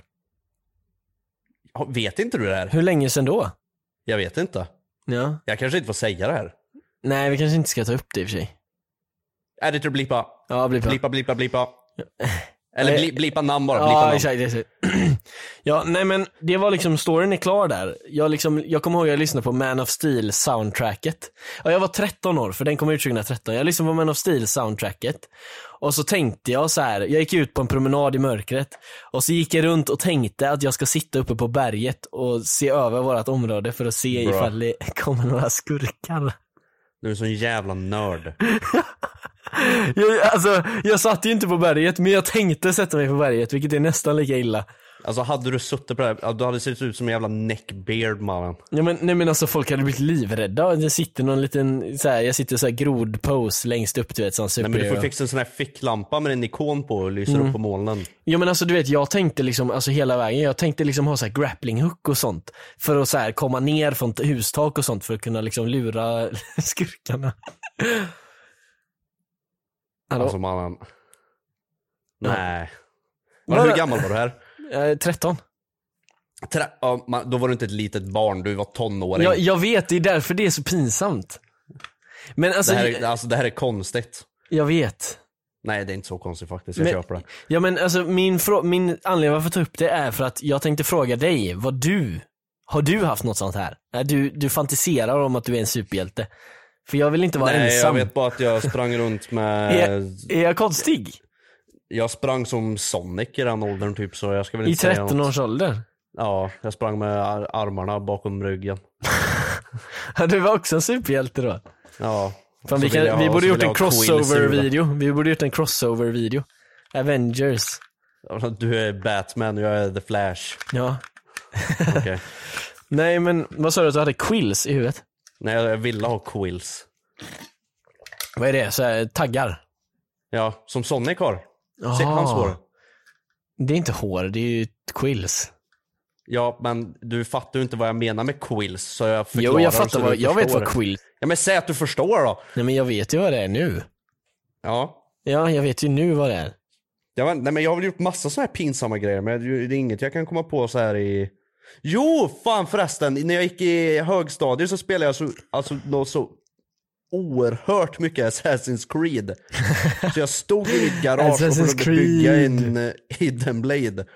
Vet inte du det här? Hur länge sedan då? Jag vet inte. Ja. Jag kanske inte får säga det här. Nej, vi kanske inte ska ta upp det i och för sig. Är det till att blipa? Ja, blipa. Blipa, blipa, blipa. Eller bli, blipa namn bara. Blipa ja, namn. exakt, exakt. Ja, nej men det var liksom, storyn är klar där. Jag, liksom, jag kommer ihåg att jag lyssnade på Man of Steel soundtracket. Ja, jag var tretton år, för den kom ut tjugohundratretton. Jag lyssnade på Man of Steel soundtracket. Och så tänkte jag så här, jag gick ut på en promenad i mörkret. Och så gick jag runt och tänkte att jag ska sitta uppe på berget och se över vårt område för att se Bra. ifall det kommer några skurkar. Du är en sån jävla nörd. jag, alltså, jag satt ju inte på berget, men jag tänkte sätta mig på berget, vilket är nästan lika illa. Alltså hade du suttit på det här, du hade sett ut som en jävla neckbeard, mannen. Ja men, nej men alltså folk hade blivit livrädda. Jag sitter någon liten, så här, jag sitter så här grodpose längst upp, du vet, sån superhero. Nej men du får fixa en sån här ficklampa med en ikon på och lyser mm. upp på molnen. Ja men alltså du vet, jag tänkte liksom, alltså hela vägen, jag tänkte liksom ha så här grappling hook och sånt. För att så här komma ner från hustak och sånt för att kunna liksom lura skurkarna. Hallå? Alltså mannen. Nej. Men hur gammal var du här? Eh, tretton. Tre- ja, man, då var du inte ett litet barn, du var tonåring. Jag, jag vet, det är därför det är så pinsamt. Men alltså det, här är, alltså det här är konstigt. Jag vet. Nej, det är inte så konstigt faktiskt, jag men, köper det. Ja men alltså min, frå- min anledning varför jag tar upp det är för att jag tänkte fråga dig, vad du, har du haft något sånt här? Du, du fantiserar om att du är en superhjälte. För jag vill inte vara Nej, ensam. Nej, jag vet bara att jag sprang runt med... är, är jag konstig? Jag sprang som Sonic i den åldern typ, så jag ska väl inte I tretton års ålder? Ja, jag sprang med ar- armarna bakom ryggen. Du var också en superhjälte då? Ja. Fan, vi, kan, vi borde gjort en crossover-video. Vi borde gjort en crossover-video. Avengers. Du är Batman och jag är The Flash. Ja. Okej. Okay. Nej, men vad sa du att du hade quills i huvudet? Nej, jag ville ha quills. Vad är det? Så här, taggar? Ja, som Sonic har. Aha. Se, hans hår. Det är inte hår, det är ju quills. Ja, men du fattar ju inte vad jag menar med quills, så jag förklarar. Jo, jag fattar vad, jag vet vad quills. Ja, men säg att du förstår då. Nej, men jag vet ju vad det är nu. Ja. Ja, jag vet ju nu vad det är. Ja, men, nej, men jag har väl gjort massa så här pinsamma grejer, men det är inget jag kan komma på så här i... Jo, fan förresten, när jag gick i högstadiet så spelade jag så, alltså något så oerhört mycket Assassin's Creed. Så jag stod i mitt garage och försökte bygga en uh, Hidden Blade.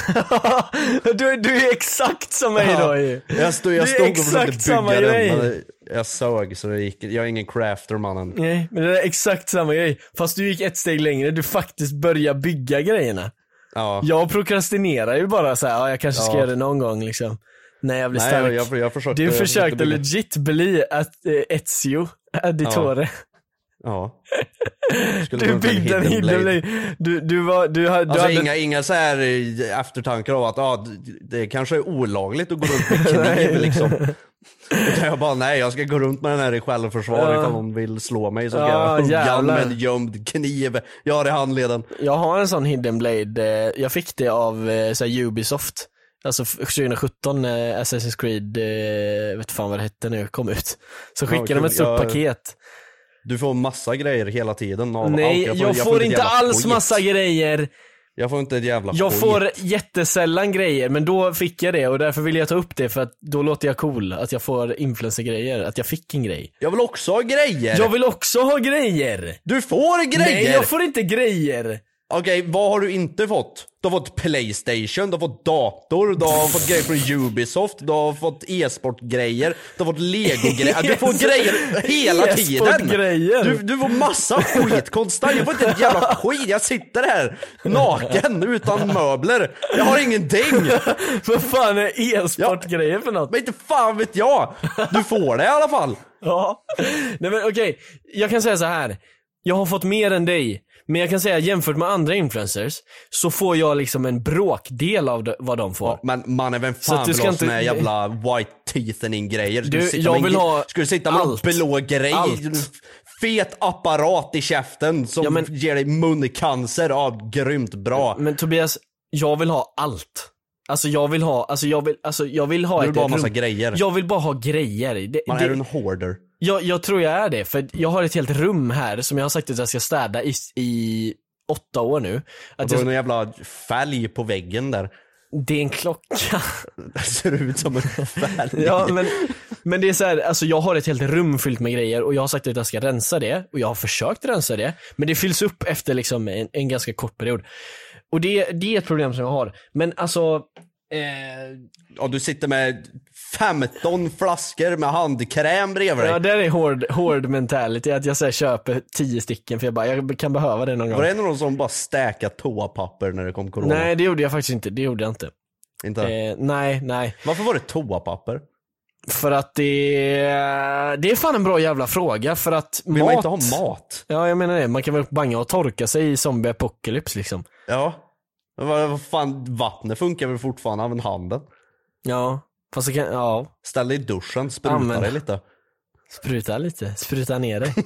du, du är exakt som mig ja, då. Jag stod, jag stod och försökte bygga den, men jag såg så det gick. Jag är ingen crafter, mannen. Nej, men det är exakt samma grej. Fast du gick ett steg längre, du faktiskt började bygga grejerna. Ja. Jag prokrastinerar ju bara så här, ja, jag kanske ska ja. göra det någon gång liksom. När jag blir Nej, stark. Jag, jag försökte, du försökte, jag försökte legit bli ett, äh, Ezio Auditore. Ja. ja. Du byggde en hidden blade. Du, du var, du hade, alltså du hade... inga, inga så här eftertankar av att ah, det kanske är olagligt att gå runt med kniv liksom. Utan jag bara, nej, jag ska gå runt med den här i självförsvar ja. ifall någon vill slå mig så ska ja, jag hugga med en gömd kniv. Jag har i handleden. Jag har en sån hidden blade. Jag fick det av så här, Ubisoft. Alltså tjugo sjutton när Assassin's Creed, eh, vet fan vad det hette nu, kom ut. Så skickade ja, de ett stort jag... paket. Du får massa grejer hela tiden av Nej, allt. jag får, jag jag får, får inte alls skit. Massa grejer. Jag får inte ett jävla Jag skit. får jättesällan grejer, men då fick jag det och därför vill jag ta upp det för att då låter jag cool att jag får influencer-grejer, att jag fick en grej. Jag vill också ha grejer. Jag vill också ha grejer. Du får grejer. Nej, jag får inte grejer. Okej, okay, vad har du inte fått? Du har fått PlayStation, du har fått dator, du har fått grejer från Ubisoft, du har fått e-sportgrejer, du har fått Lego-grejer. Du får grejer hela tiden. Du, du får massa skit konstant. Jag får inte ett jävla skit. Jag sitter här naken utan möbler. Jag har ingenting. Vad fan är e-sportgrejer för något? Men inte fan vet jag. Du får det i alla fall. Ja. Nej men okej, okay. Jag kan säga så här. Jag har fått mer än dig. Men jag kan säga jämfört med andra influencers så får jag liksom en bråkdel av det, vad de får. Ja, men man är vem fan vill ha såna här jävla white teething grejer. Du, du jag vill en, ha Ska du sitta med allt. en blå grej? Allt. Fet apparat i käften som ja, men, ger dig muncancer av grymt bra. Men Tobias, jag vill ha allt. Alltså jag vill ha, alltså jag vill, alltså jag vill ha du vill ett bara ha massa rum. grejer. Jag vill bara ha grejer. Det, man det, är en hoarder. Jag, jag tror jag är det, för jag har ett helt rum här som jag har sagt att jag ska städa i, i åtta år nu. Att det är jag... någon jävla fälg på väggen där. Det är en klocka. Det ser ut som en fälg. Ja, men, men det är så här, alltså jag har ett helt rum fyllt med grejer och jag har sagt att jag ska rensa det och jag har försökt rensa det, men det fylls upp efter liksom en, en ganska kort period. Och det, det är ett problem som jag har. Men alltså... Eh... Ja, du sitter med femton flaskor med handkräm bredvid dig. Ja, det är hård, hård mentality. Att jag så här, köper tio stycken för jag bara, jag kan behöva det någon gång. Var det någon som bara stäka toapapper när det kom corona? Nej, det gjorde jag faktiskt inte. Det gjorde jag inte. Inte? Eh, nej, nej. Varför var det toapapper? För att det det är fan en bra jävla fråga. För att vill mat... man inte ha mat? Ja, jag menar det. Man kan väl banga och torka sig i zombie apocalypse liksom. Ja. Vad, vad fan, vattnet funkar väl fortfarande av en handen? Ja, fast det kan, ja. Ställ dig i duschen, spruta ja, dig lite. Spruta lite, spruta ner dig.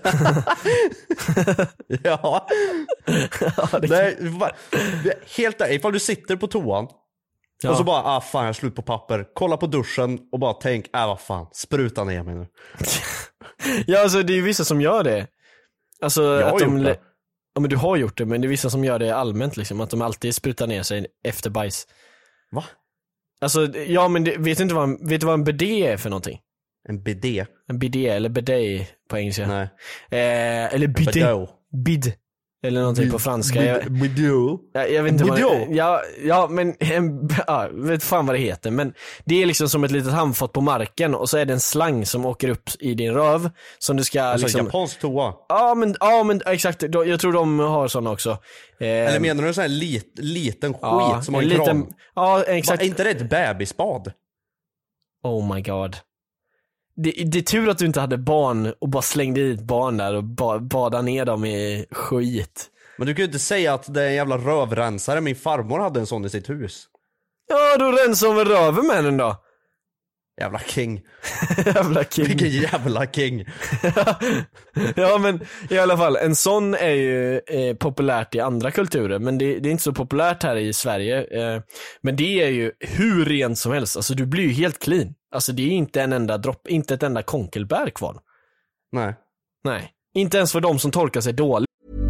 Ja. Ja, det Nej, helt där, ifall du sitter på toan ja. Och så bara, ah fan jag är slut på papper. Kolla på duschen och bara tänk, ah vad fan, spruta ner mig nu. Ja, alltså det är ju vissa som gör det. Alltså jag att har de gjort det. Ja, men du har gjort det, men det är vissa som gör det allmänt liksom, att de alltid sprutar ner sig efter bajs. Va? Alltså, ja men det, vet du inte vad, vet du vad en bidé är för någonting? En bidé? En bidé, eller bidet på engelska. Nej. Eh, eller bidé. Bid. Eller någonting bid, på franska. Bid, jag, bidou. Jag, jag vet inte bidou. vad det, ja, ja, men en, ja, vet fan vad det heter. Men det är liksom som ett litet handfat på marken och så är det en slang som åker upp i din röv som du ska alltså, liksom... japansk toa? Ja, men, ja, men exakt. Jag tror de har sådana också. Eh, Eller menar du en sån här lit, liten skit ja, som har en liten, kran? Ja, exakt. Va, är inte det ett bebisbad? Oh my god. Det, det är tur att du inte hade barn och bara slängde i ett barn där och ba, badade ner dem i skit. Men du kan ju inte säga att det är en jävla rövrensare. Min farmor hade en sån i sitt hus. Ja, då rensar hon väl röven med den då. Jävla king. Jävla king. Vilken jävla king. Ja, men i alla fall, en sån är ju eh, populärt i andra kulturer. Men det, det är inte så populärt här i Sverige. Eh, men det är ju hur rent som helst. Alltså du blir ju helt clean. Alltså det är inte en enda dropp, inte ett enda konkelbär kvar. Nej. Nej. Inte ens för de som torkar sig dåligt.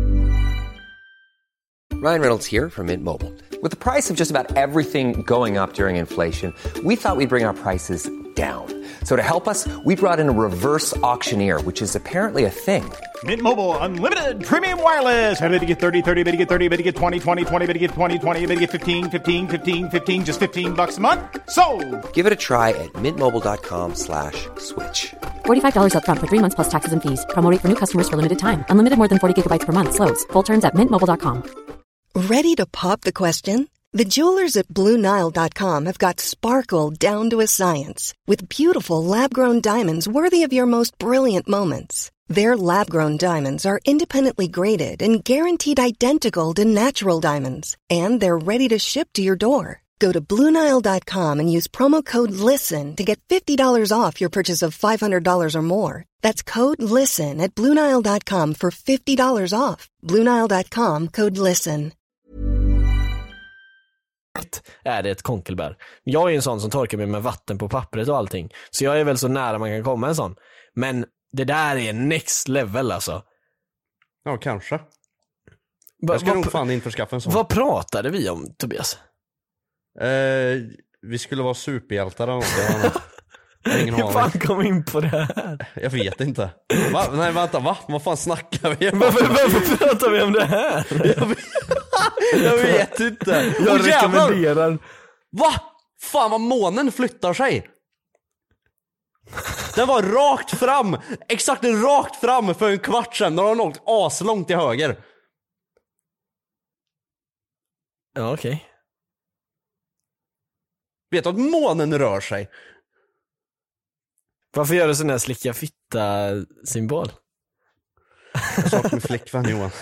Ryan Reynolds here from Mint Mobile. With the price of just about everything going up during inflation, we thought we'd bring our prices down. So to help us, we brought in a reverse auctioneer, which is apparently a thing. Mint Mobile Unlimited Premium Wireless. How to get thirty, thirty, how to get thirty, how to get twenty, twenty, twenty, how to get twenty, twenty, how to get fifteen, fifteen, fifteen, fifteen, just fifteen bucks a month? Sold! Give it a try at mintmobile.com slash switch. forty-five dollars up front for three months plus taxes and fees. Promo rate for new customers for limited time. Unlimited more than forty gigabytes per month. Slows full terms at mint mobile dot com. Ready to pop the question? The jewelers at Blue Nile dot com have got sparkle down to a science with beautiful lab-grown diamonds worthy of your most brilliant moments. Their lab-grown diamonds are independently graded and guaranteed identical to natural diamonds, and they're ready to ship to your door. Go to Blue Nile dot com and use promo code LISTEN to get fifty dollars off your purchase of five hundred dollars or more. That's code LISTEN at Blue Nile dot com for fifty dollars off. Blue Nile dot com, code LISTEN. är det ett konkelbär. Jag är ju en sån som torkar mig med vatten på pappret och allting. Så jag är väl så nära man kan komma en sån. Men det där är next level alltså. Ja, kanske. Va, jag ska va, nog fan införskaffa en sån. Vad pratade vi om, Tobias? Eh, vi skulle vara superhjältar eller något. Jag har ingen Hur aning. fan kom in på det här? Jag vet inte. Va? Nej, vänta, va? Vad fan snackar vi om? Varför, varför pratar vi om det här? Jag vet, jag vet inte. Jag Åh, jävlar! rekommenderar. Va? Fan vad månen flyttar sig. Den var rakt fram. Exakt rakt fram för en kvart sedan. När den har åkt aslångt till höger. Ja, okej. Okay. Vet du att månen rör sig? Varför gör du sån här slicka fitta-symbol? Sak med flickvän, Johan.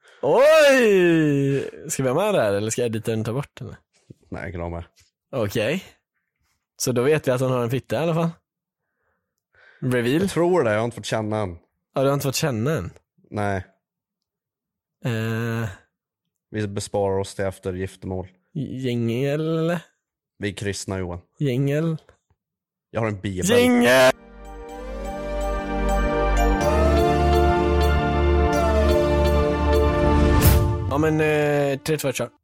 Oj! Ska vi ha med det här eller ska jag edita den ta bort den? Nej, jag kan ha med. Okej. Okay. Så då vet vi att hon har en fitta i alla fall. Reveal? Jag tror det, jag har inte fått känna än. Ja, du har inte fått känna än? Nej. Uh... Vi besparar oss till efter giftermål. Gängel? Vi är kristna, Johan. Gängel? Jag har en bibel. Gängel! Ja men, eh, tre, två, kör.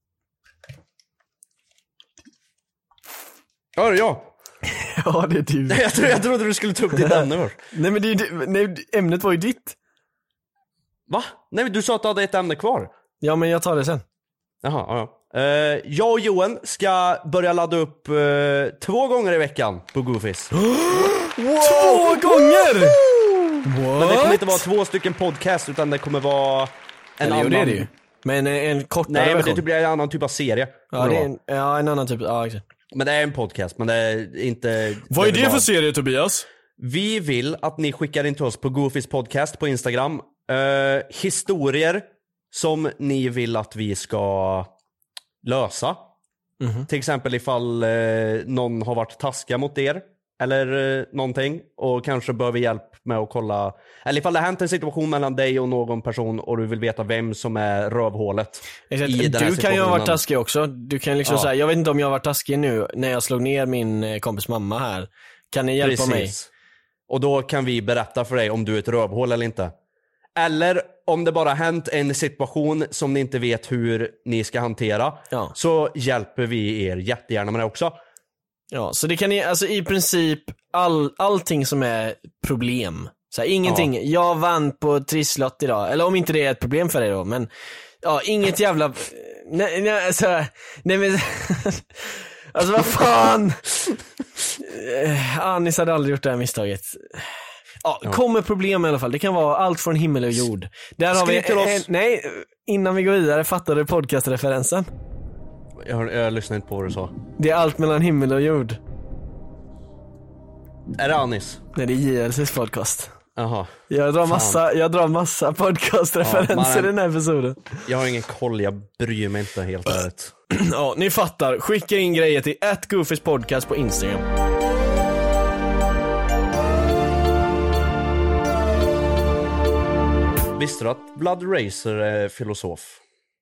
Ja, det är jag. Ja, det är du. Jag, tro, jag trodde du skulle ta upp ditt ämne först. Nej men det, det, nej, ämnet var ju ditt. Va? Nej men du sa att du hade ett ämne kvar. Ja men jag tar det sen. Jaha, ja. Uh, jag och Johan ska börja ladda upp uh, två gånger i veckan på Goofies. Wow. Två gånger! What? Men det kommer inte vara två stycken podcast utan det kommer vara en Eller, annan. Jo, det är det ju. Men en kortare Nej, version. men det blir en annan typ av serie. Ja, det är en, ja, en annan typ. Ja, exakt. Men det är en podcast, men det är inte... Vad är det, det bara... för serie, Tobias? Vi vill att ni skickar in till oss på Goofies podcast på Instagram. Uh, historier som ni vill att vi ska lösa. Mm-hmm. Till exempel ifall uh, någon har varit taskiga mot er. Eller uh, någonting. Och kanske behöver hjälp med att kolla. Eller ifall det har hänt en situation mellan dig och någon person. Och du vill veta vem som är rövhålet. Exakt. I den här du kan ju ha varit situationen. taskig också. Du kan liksom Ja. säga, jag vet inte om jag har varit taskig nu. När jag slog ner min kompis mamma här. Kan ni hjälpa Precis. mig? Och då kan vi berätta för dig om du är ett rövhål eller inte. Eller om det bara har hänt en situation som ni inte vet hur ni ska hantera. Ja. Så hjälper vi er jättegärna med det också. Ja, så det kan ni, alltså i princip all, allting som är problem. Så här, ingenting, ja. Jag vann på trisslott idag. Eller om inte det är ett problem för dig då. Men ja, inget jävla... Nej, nej, alltså, nej men... Alltså vad fan. Anis hade aldrig gjort det här misstaget. Ja, ja. Kommer problem i alla fall. Det kan vara allt från himmel och jord. Där har vi till oss. En, nej, innan vi går vidare, fattar du podcastreferensen? Jag, har, jag lyssnar inte på vad du sa. Det är allt mellan himmel och jord. Är det Anis? Nej, det är J L C:s podcast. Jaha. Jag drar massa, jag drar massa podcastreferenser ja, i den här episoden. Jag har ingen koll, jag bryr mig inte helt ärligt. Ja, ni fattar. Skicka in grejer till at Goofys podcast på Instagram. Visste du att Blood Racer är filosof?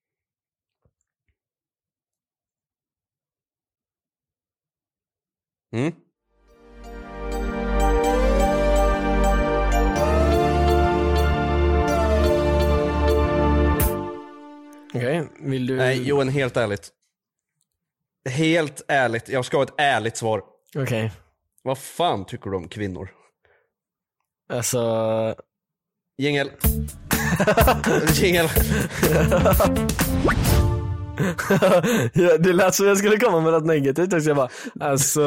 Mm? Okej, okay, vill du... Nej, Johan, helt ärligt. Helt ärligt, jag ska ha ett ärligt svar. Okej. Okay. Vad fan tycker du om kvinnor? Alltså... Jingel. Jingel. Ja, det lät som jag skulle komma med något negativt också. Jag bara, alltså...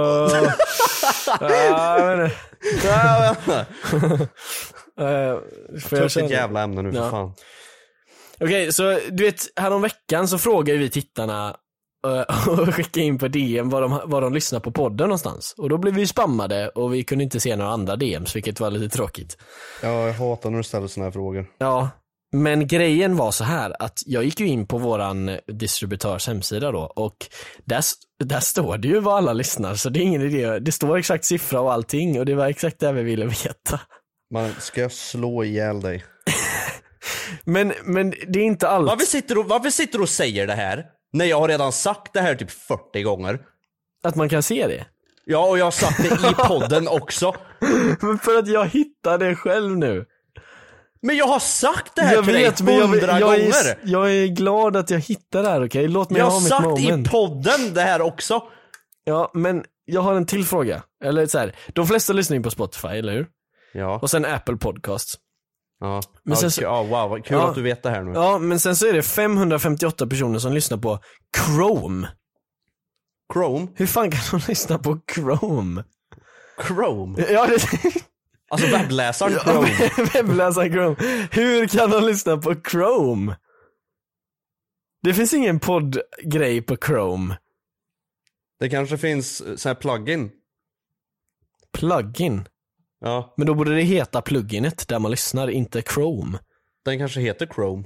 ja, jag vet inte. Ja, jag vet inte. uh, Ta upp ett jävla ämne nu, för ja. fan. Okej, okay, så du vet, härom veckan så frågar vi tittarna uh, och skickade in på D M var de, var de lyssnar på podden någonstans. Och då blev vi spammade och vi kunde inte se några andra D Ms, vilket var lite tråkigt. Ja, jag hatar när du ställer såna här frågor. Ja, men grejen var så här att jag gick ju in på våran distributörs hemsida då och där, där står det ju vad alla lyssnar, så det är ingen idé. Det står exakt siffra och allting och det var exakt det vi ville veta. Man, ska jag slå ihjäl dig? men, men det är inte allt. Varför sitter, du, varför sitter du och säger det här Nej, jag har redan sagt det här typ fyrtio gånger. Att man kan se det? Ja, och jag har sagt det i podden också. Men för att jag hittar det själv nu. Men jag har sagt det här jag till vet, dig men jag, hundra jag, gånger. är, jag är glad att jag hittar det här, okej? Okay? Låt mig jag ha mitt sagt moment. Jag har sagt i podden det här också. Ja, men jag har en till fråga. Eller så här, de flesta lyssnar ju på Spotify, eller hur? Ja. Och sen Apple Podcasts. Ja, men sen ja, så, ja wow, vad kul ja, att du vet det här nu. Ja, men sen så är det femhundrafemtioåtta personer som lyssnar på Chrome. Chrome? Hur fan kan de lyssna på Chrome? Chrome? Ja, det... Alltså webbläsaren Chrome. Webbläsaren Chrome. Hur kan de lyssna på Chrome? Det finns ingen poddgrej på Chrome. Det kanske finns så här plugin. Plugin? Ja. Men då borde det heta pluginet där man lyssnar, inte Chrome. Den kanske heter Chrome.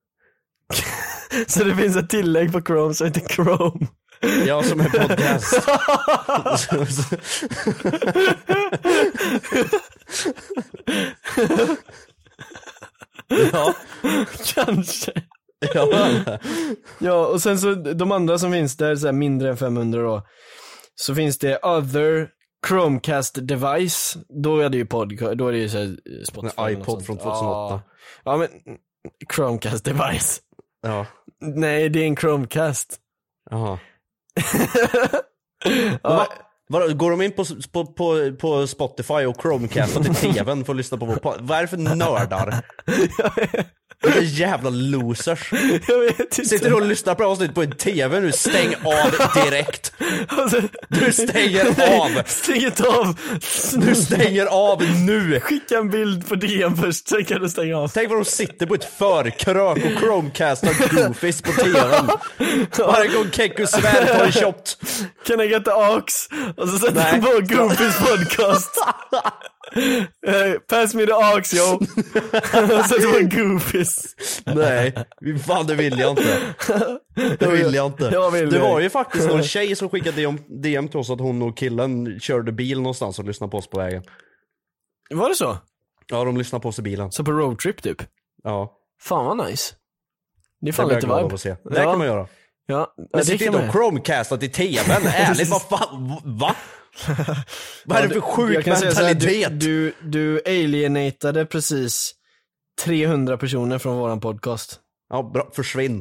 Så det finns ett tillägg på Chrome som heter Chrome. Ja, som är podcast. Ja, kanske. Ja, ja, och sen så de andra som finns där så här mindre än femhundra då. Så finns det other Chromecast device. Då är det ju podcast, då är det ju så här Spotify. En iPod från tjugohundraåtta. Ja. ja, men Chromecast device. Ja. Nej, det är en Chromecast. Jaha. Ja. Vadå, går de in på, på, på, på Spotify och Chromecast till tvn för att lyssna på vår podd? Vad är det för nördar? Vilka jävla losers. Jag vet inte. Sitter du och lyssnar på avsnitt på en tv nu? Stäng av direkt. Du stänger av. Stäng inte av. Du stänger av nu. Skicka en bild på D M först, sen kan du stänga av. Tänk vad de sitter på ett förkrök och Chromecastar Goofies på tvn. Varje gång Kekko svär på en shot. Can I get the aux? Och så sätter han på Goofies podcast. uh, pass me the aux, yo. Och så sätter på Goofies. Nej, fan det vill jag inte. Det vill jag inte. Jag vill det var ju faktiskt någon tjej som skickade D M till oss att hon och killen körde bil någonstans och lyssnade på oss på vägen. Var det så? Ja, de lyssnade på oss i bilen. Så på roadtrip typ? Ja. Fan vad nice. Det är fan det lite vibe. att se. Det ja. kan man göra. Ja, men sitter inte och Chromecastat i tvn, ärligt, vad fan, va? Vad är det för sjuk mentalitet? Här, du, du, du alienatade precis trehundra personer från våran podcast. Ja, bra, försvinn.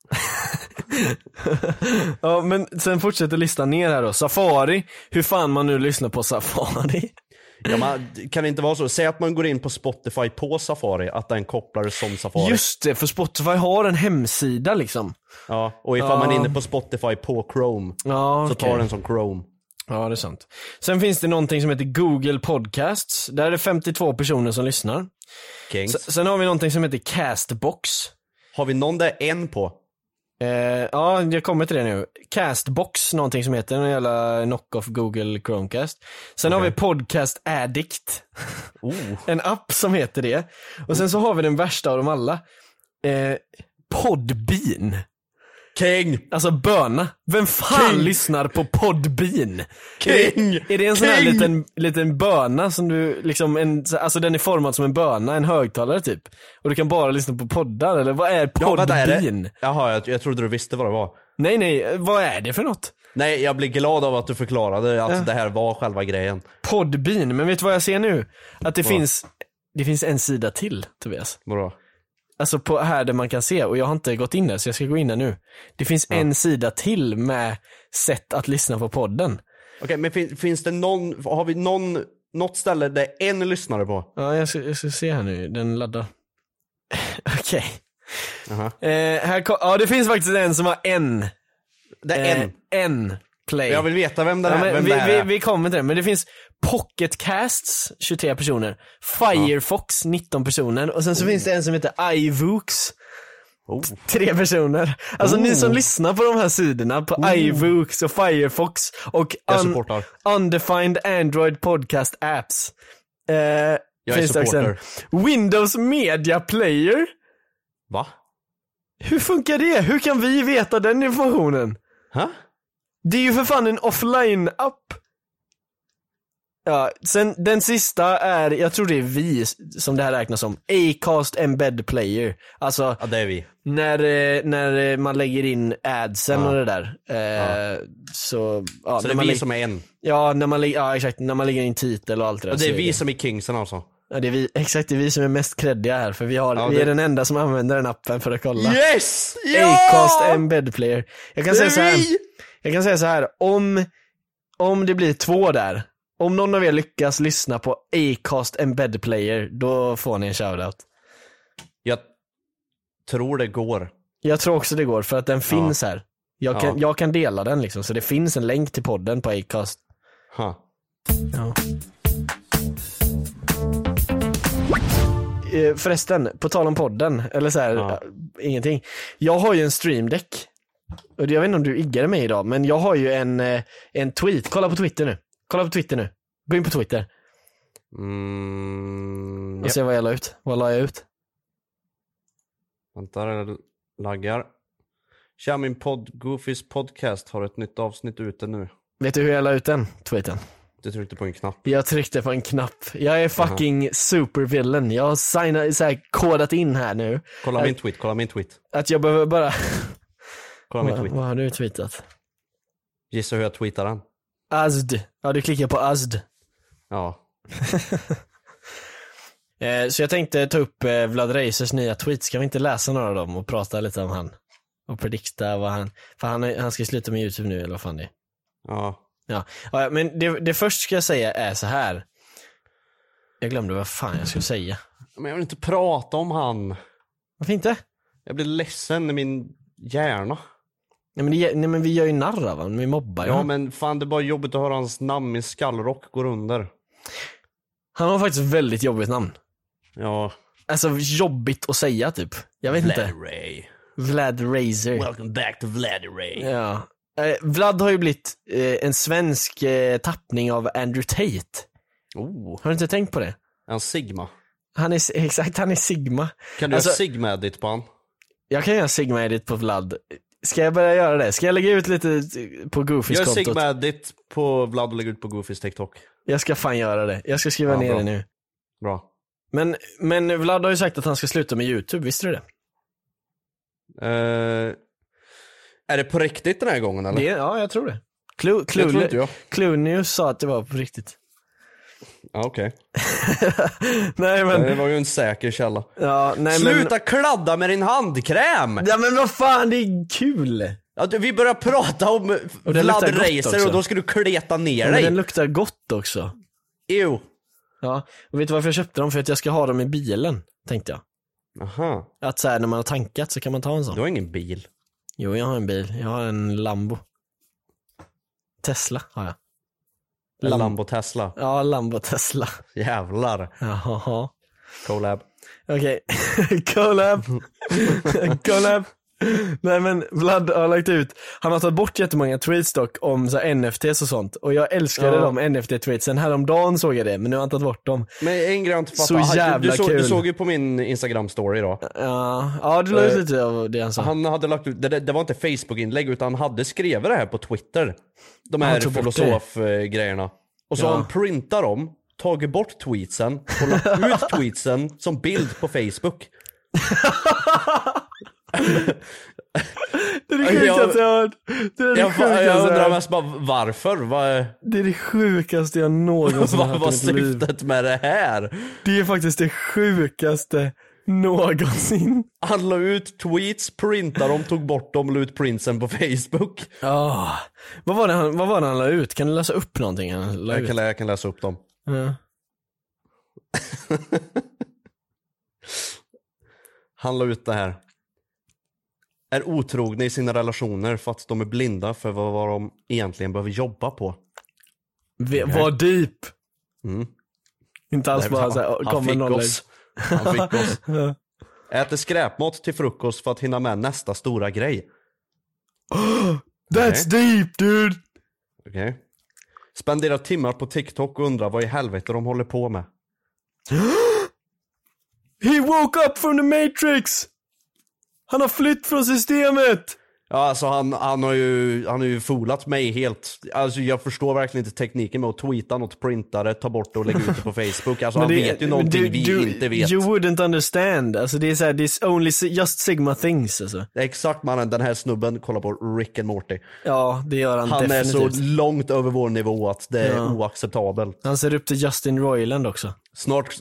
Ja, men sen fortsätter listan ner här då. Safari, hur fan man nu lyssnar på Safari. Ja, man, kan det inte vara så? Säg att man går in på Spotify på Safari, att den kopplar det som Safari. Just det, för Spotify har en hemsida liksom. Ja, och ifall ja. man är inne på Spotify på Chrome, ja, så tar den som Chrome. Ja, det är sant. Sen finns det någonting som heter Google Podcasts. Där är det femtiotvå personer som lyssnar. S- Sen har vi någonting som heter Castbox. Har vi någon där en på? Eh, ja, jag kommer till det nu. Castbox, någonting som heter en jävla knock-off Google Chromecast. Sen okay. har vi Podcast Addict. Oh. En app som heter det. Och sen så har vi den värsta av dem alla. Eh, Podbean. King. Alltså böna. Vem fan King. lyssnar på Podbean? King. Är, är det en sån här liten, liten böna som du liksom, en, alltså den är formad som en böna, en högtalare typ. Och du kan bara lyssna på poddar, eller vad är Podbean? Ja, är det? Jaha, jag, jag trodde du visste vad det var. Nej, nej, vad är det för något? Nej, jag blir glad av att du förklarade att ja. det här var själva grejen. Podbean, men vet du vad jag ser nu? Att det vad? finns, det finns en sida till, Tobias. Vadå? Alltså på här där man kan se, och jag har inte gått in där så jag ska gå in där nu. Det finns ja. en sida till med sätt att lyssna på podden. Okej, okay, men fin- finns det någon, har vi någon, något ställe där en lyssnare på? Ja, jag ska, jag ska se här nu, den laddar. Okej. Okay. Uh-huh. Eh, här, ja, det finns faktiskt en som har en. Det är eh, en. En play. Jag vill veta vem det är. Ja, vem vi, det är. Vi, vi kommer till det, men det finns Pocketcasts, tjugotre personer. Firefox, ja. nitton personer. Och sen så oh. finns det en som heter iVoox. Oh. Tre personer. Alltså oh. ni som lyssnar på de här sidorna, på oh. iVoox och Firefox och un- Undefined Android Podcast Apps. Eh, Jag är supporter. Windows Media Player. Va? Hur funkar det? Hur kan vi veta den informationen? Huh? Det är ju för fan en offline-app. Ja, sen den sista är, jag tror det är vi som det här räknas som, Acast Embed Player. Alltså, ja, det är vi. När, när man lägger in adsen ja. och det där. Eh, ja. Så, ja, så det är vi lägger, som är en. Ja, när man, ja, exakt, när man lägger in titel och allt det där. Och det är vi det. som är kingsen alltså. Ja, det är vi, exakt, det är vi som är mest creddiga här. För vi, har, ja, vi det... är den enda som använder den appen för att kolla. Yes! Ja! Acast Embed Player. Jag kan, säga så här, jag kan säga så här, om, om det blir två där, om någon av er lyckas lyssna på Acast Embed Player, då får ni en shoutout. Jag tror det går. Jag tror också det går, för att den finns ja. här. Jag kan, ja. jag kan dela den liksom, så det finns en länk till podden på Acast. Huh. Ja. Förresten, på tal om podden, eller så här, ja. ingenting. Jag har ju en Stream Deck. Och jag vet inte om du iggade mig idag, men jag har ju en, en tweet. Kolla på Twitter nu. Kolla på Twitter nu. Gå in på Twitter. Mm, och yep. se vad jag la ut. Vad la jag ut? Vänta, det laggar. Tja, min podd, Goofys podcast har ett nytt avsnitt ute nu. Vet du hur jag la ut den tweeten? Du tryckte på en knapp. Jag tryckte på en knapp. Jag är fucking uh-huh. supervillain. Jag har signat, så här, kodat in här nu. Kolla att, min tweet, kolla min tweet. Att jag behöver bara... Kolla min tweet. Vad har du tweetat? Gissa hur jag tweetar den. Azd. Ja, du klickar på Azd. Ja. eh, så jag tänkte ta upp eh, Vlad Reisers nya tweets. Ska vi inte läsa några av dem och prata lite om han? Och predikta vad han... För han, han ska sluta med YouTube nu, eller vad fan det är. Ja. Ja, ja men det, det först ska jag säga är så här. Jag glömde vad fan jag skulle säga. Men jag vill inte prata om han. Varför inte? Jag blir ledsen i min hjärna. Nej men, det, nej, men vi gör ju narr av honom, vi mobbar ju. Ja, han. men fan, det är bara jobbigt att höra hans namn. Min skallrock går under. Han har faktiskt väldigt jobbigt namn. Ja. Alltså jobbigt att säga typ. Jag vet Vlad inte. Ray. Vlad Razor. Welcome back to Vlad Ray. Ja. Eh, Vlad har ju blivit eh, en svensk eh, tappning av Andrew Tate. Oh. Har du inte tänkt på det? En Sigma. Han är, exakt, han är Sigma. Kan du alltså, göra Sigma-edit på han? Jag kan göra Sigma-edit på Vlad. Ska jag börja göra det? Ska jag lägga ut lite på Goofys kontot? Gör Sigma-edit på Vlad och lägga ut på Goofys TikTok. Jag ska fan göra det. Jag ska skriva ja, ner bra. det nu. Bra. Men, men Vlad har ju sagt att han ska sluta med YouTube, visste du det? Uh, är det på riktigt den här gången eller? Det, ja, jag tror det. Clu, Clu, det tror inte jag. Clunews sa att det var på riktigt. Ja, okej. Okay. Nej men det var ju en säker källa. Ja, nej, sluta men... kladda med din handkräm. Ja men vad fan, det är kul. Ja, vi börjar prata om Vlad Racer och då ska du kleta ner ja, dig. Men den luktar gott också. Ew. Ja, och vet du varför jag köpte dem? För att jag ska ha dem i bilen, tänkte jag. Aha. Att så här, när man har tankat så kan man ta en sån. Du har ingen bil. Jo, jag har en bil. Jag har en Lambo. Tesla har jag. Lam- Lambo Tesla. Ja, Lambo Tesla. Jävlar. Jaha. Collab. Okej. Okay. Collab. Collab. Nej men Vlad har lagt ut. Han har tagit bort jättemånga tweets dock om så N F Ts och sånt. Och jag älskade ja. de N F T-tweetsen. Häromdagen såg jag det, men nu har han tagit bort dem. Men en grej jag inte fattar. Så jävla du, såg, kul. du såg ju på min Instagram-story då. Ja, ja du la ut lite av det han sa. Han hade lagt ut, det, det var inte Facebook-inlägg utan han hade skrivit det här på Twitter. De här filosof-grejerna. Och så ja. han printar dem, tagit bort tweetsen och lagt ut tweetsen som bild på Facebook. Det är det sjukaste jag har hört. Det är det jag, sjukaste jag undrar mest bara varför. Vad är... Det är det sjukaste jag någonsin har hört. Vad var syftet med det här? Det är faktiskt det sjukaste någonsin. Han la ut tweets, printade dem, tog bort dem och la ut printsen på Facebook. Oh. Vad var det han, vad var det han la ut? Kan du läsa upp någonting? Han la jag, ut? Kan, jag kan läsa upp dem. Mm. Han la ut det här. Är otrogna i sina relationer för att de är blinda för vad, vad de egentligen behöver jobba på. V- var deep. Mm. Inte alls bara så här, han, fick oss. han fick oss. Ja. Äter skräpmat till frukost för att hinna med nästa stora grej. Oh, that's okay. deep, dude. Okej. Okay. Spenderar timmar på TikTok och undrar vad i helvete de håller på med. He woke up from the Matrix. Han har flytt från systemet. Ja, alltså han, han har ju han har ju foolat mig helt. Alltså jag förstår verkligen inte tekniken med att tweeta något, printa det, ta bort det och lägga ut det på Facebook. Alltså han det, vet ju någonting du, vi du, inte vet. You wouldn't understand. Alltså det är så här, this only just Sigma things alltså. Exakt mannen, den här snubben kollar på Rick and Morty. Ja, det gör han, Han definitivt. är så långt över vår nivå att det är Ja. oacceptabelt. Han ser upp till Justin Roiland också. Snart...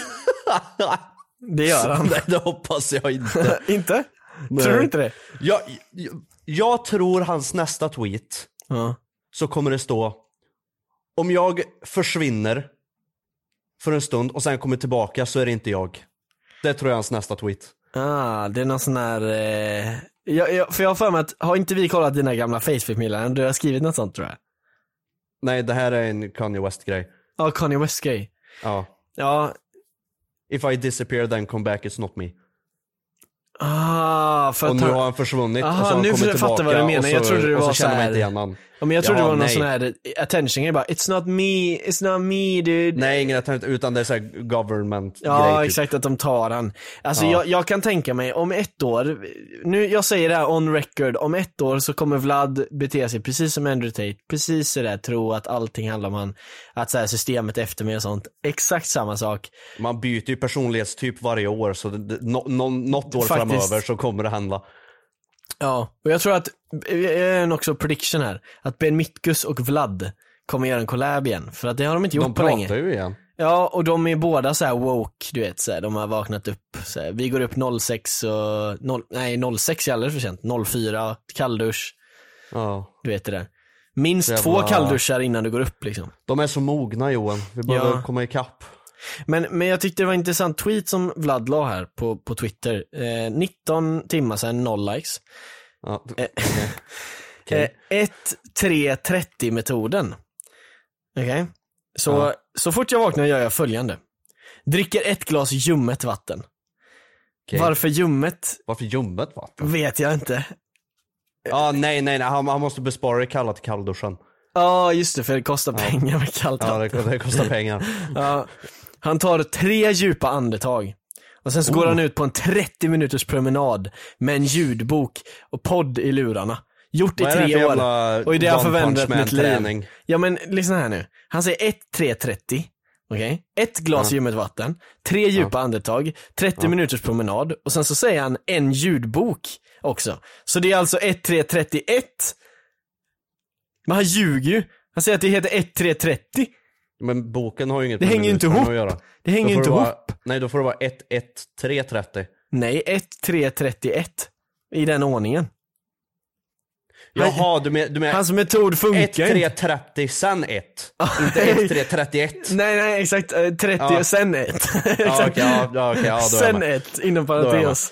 Det gör han. Nej, det hoppas jag inte. Inte? Nej. Tror du inte det? Jag, jag, jag tror hans nästa tweet Ja. så kommer det stå: om jag försvinner för en stund och sen kommer tillbaka så är det inte jag. Det tror jag är hans nästa tweet. Ah, det är någon sån här eh... jag, jag, för jag har för mig att, har inte vi kollat dina gamla Facebook-meddelanden? Du har skrivit något sånt tror jag. Nej, det här är en Kanye West-grej. Ja, Kanye West-grej. Ja. Ja. If I disappear then come back, it's not me. Ah, för Och att nu han... har han försvunnit. Aha, och så har han nu kommit fattar jag vad du tillbaka, menar. och så, Jag trodde det och var så känner så man här- inte igen han. Ja, men jag trodde Jaha, det var någon nej. sån här attention grej bara, it's not me, it's not me dude. Nej, ingen attention, utan det är så här government Ja, grej, typ. exakt, att de tar han. Alltså Ja. jag, jag kan tänka mig, om ett år, nu jag säger det här on record, om ett år så kommer Vlad bete sig precis som Andrew Tate, precis så där, tro att allting handlar om han, att så här, systemet efter mig och sånt, exakt samma sak. Man byter ju personlighetstyp varje år, så det, det, no, no, något år Faktiskt. framöver så kommer det hända. Ja, och jag tror att, jag är en också prediction här, att Ben Mitkus och Vlad kommer göra en collab igen, för att det har de inte gjort De på pratar länge. ju igen. Ja, och de är båda så här woke, du vet, så här, de har vaknat upp så här, vi går upp noll sex och noll, nej noll sex är alldeles för sent, noll fyra kalldusch, Ja. du vet det där. Minst Jävla- två kallduschar innan du går upp liksom. De är så mogna, Johan. Vi behöver Ja. komma ikapp. Men, men jag tyckte det var en intressant tweet som Vlad la här på, på Twitter. Eh, nitton timmar sedan, noll likes. Ja. Eh, Okej. eh, ett tre trettio metoden. Okej. Så, Ja. så fort jag vaknar gör jag följande. Dricker ett glas ljummet vatten. Okej. Varför ljummet Varför ljummet vatten? vet jag inte. Ja, nej, nej, nej. Han, han måste bespara det kalla till kallduschen. Ja, just det, för det kostar pengar med kallt Ja, vatten. det, det kostar pengar. Ja, han tar tre djupa andetag. Och sen så går Oh. han ut på en trettio minuters promenad med en ljudbok och podd i lurarna. Gjort i Vad är det tre för år. jävla Och i det har One förändrat Punch Man mitt liv. träning? Ja men lyssna här nu. Han säger ett tre trettio. Okej? Ett glas Ja. ljummet vatten. Tre djupa andetag. trettio minuters promenad. Och sen så säger han en ljudbok också. Så det är alltså ett tre trettioett. Men han ljuger ju. Han säger att det heter ett tre trettio. Men boken har ju inget Det med hänger ju inte minuten ihop. att göra. Det hänger Då ju får inte det vara- ihop. Nej, då får det vara ett ett tre trettio. Nej, ett tre trettioett. I den ordningen. Jaha, du menar... Du menar Hans metod funkar ett tre trettio sen ett. Inte ett tre trettioett. Nej, nej, exakt. eh, trettio, Ja. sen ett. Ja, okej, ja, ja, okej, ja, då är jag sen med. ett, inom Då är jag parentes.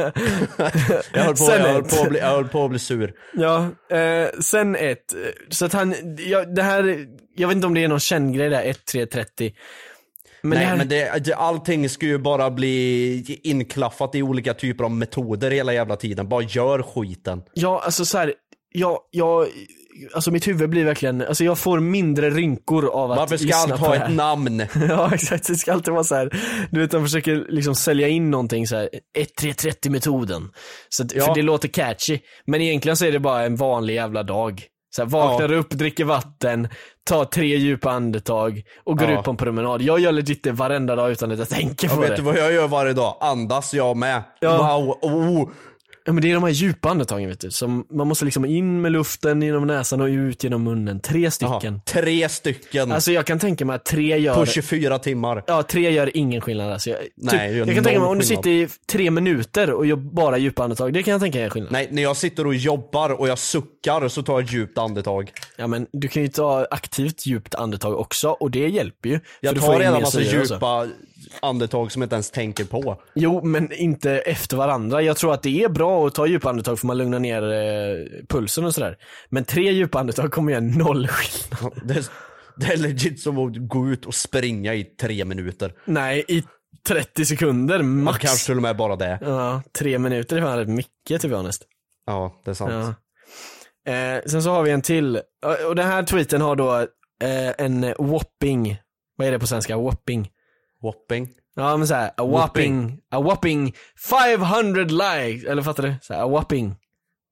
Jag höll på, Sen jag höll ett. på, att bli, jag höll på att bli sur. Ja, eh, sen ett. Så att han, ja, det här, jag vet inte om det är någon känd grej där, ett tre trettio. Men Nej, det här, men det, det, allting ska ju bara bli inklaffat i olika typer av metoder hela jävla tiden. Bara gör skiten. ja, alltså så här, jag, jag, alltså mitt huvud blir verkligen, alltså jag får mindre rynkor av att Varför ska lyssna allt på ha det här. ett namn? Ja, exakt. Det ska alltid vara så här. Du vet, de försöker liksom sälja in någonting så här, ett tre trettio metoden. Så att, Ja. för det låter catchy. Men egentligen så är det bara en vanlig jävla dag. Så här, vaknar Ja. upp, dricker vatten, tar tre djupa andetag och går Ja. ut på en promenad. Jag gör legit det varenda dag utan att jag tänker Jag på vet det. du vad jag gör varje dag? Andas jag med. Ja. Wow, oh. Ja, men det är de här djupa andetagen, vet du. Som man måste liksom in med luften genom näsan och ut genom munnen. Tre stycken. Jaha, tre stycken Alltså jag kan tänka mig att tre gör... på tjugofyra timmar. Ja, tre gör ingen skillnad alltså. Jag, Nej, typ, det gör jag kan tänka mig noll om du skillnad. sitter i tre minuter och gör bara djupa andetag, det kan jag tänka är skillnad. Nej, när jag sitter och jobbar och jag suckar så tar jag ett djupt andetag. Ja, men du kan ju ta aktivt djupt andetag också och det hjälper ju. Jag för du tar får in redan mer massa syre och så. djupa andetag som jag inte ens tänker på. Jo, men inte efter varandra. Jag tror att det är bra att ta djupa andetag för man lugnar ner eh, pulsen och sådär. Men tre djupa andetag kommer göra noll skillnad. Det är, det är legit som att gå ut och springa i tre minuter. Nej, i trettio sekunder Och max. kanske till och med bara det. Ja, tre minuter är fan rätt mycket till honest. Ja, det är sant. Ja. Eh, sen så har vi en till. Och den här tweeten har då eh, en whopping. Vad är det på svenska? Whopping. Whopping. Ja, men såhär, a whopping, a whopping five hundred likes. Eller fattar du? Såhär, a whopping.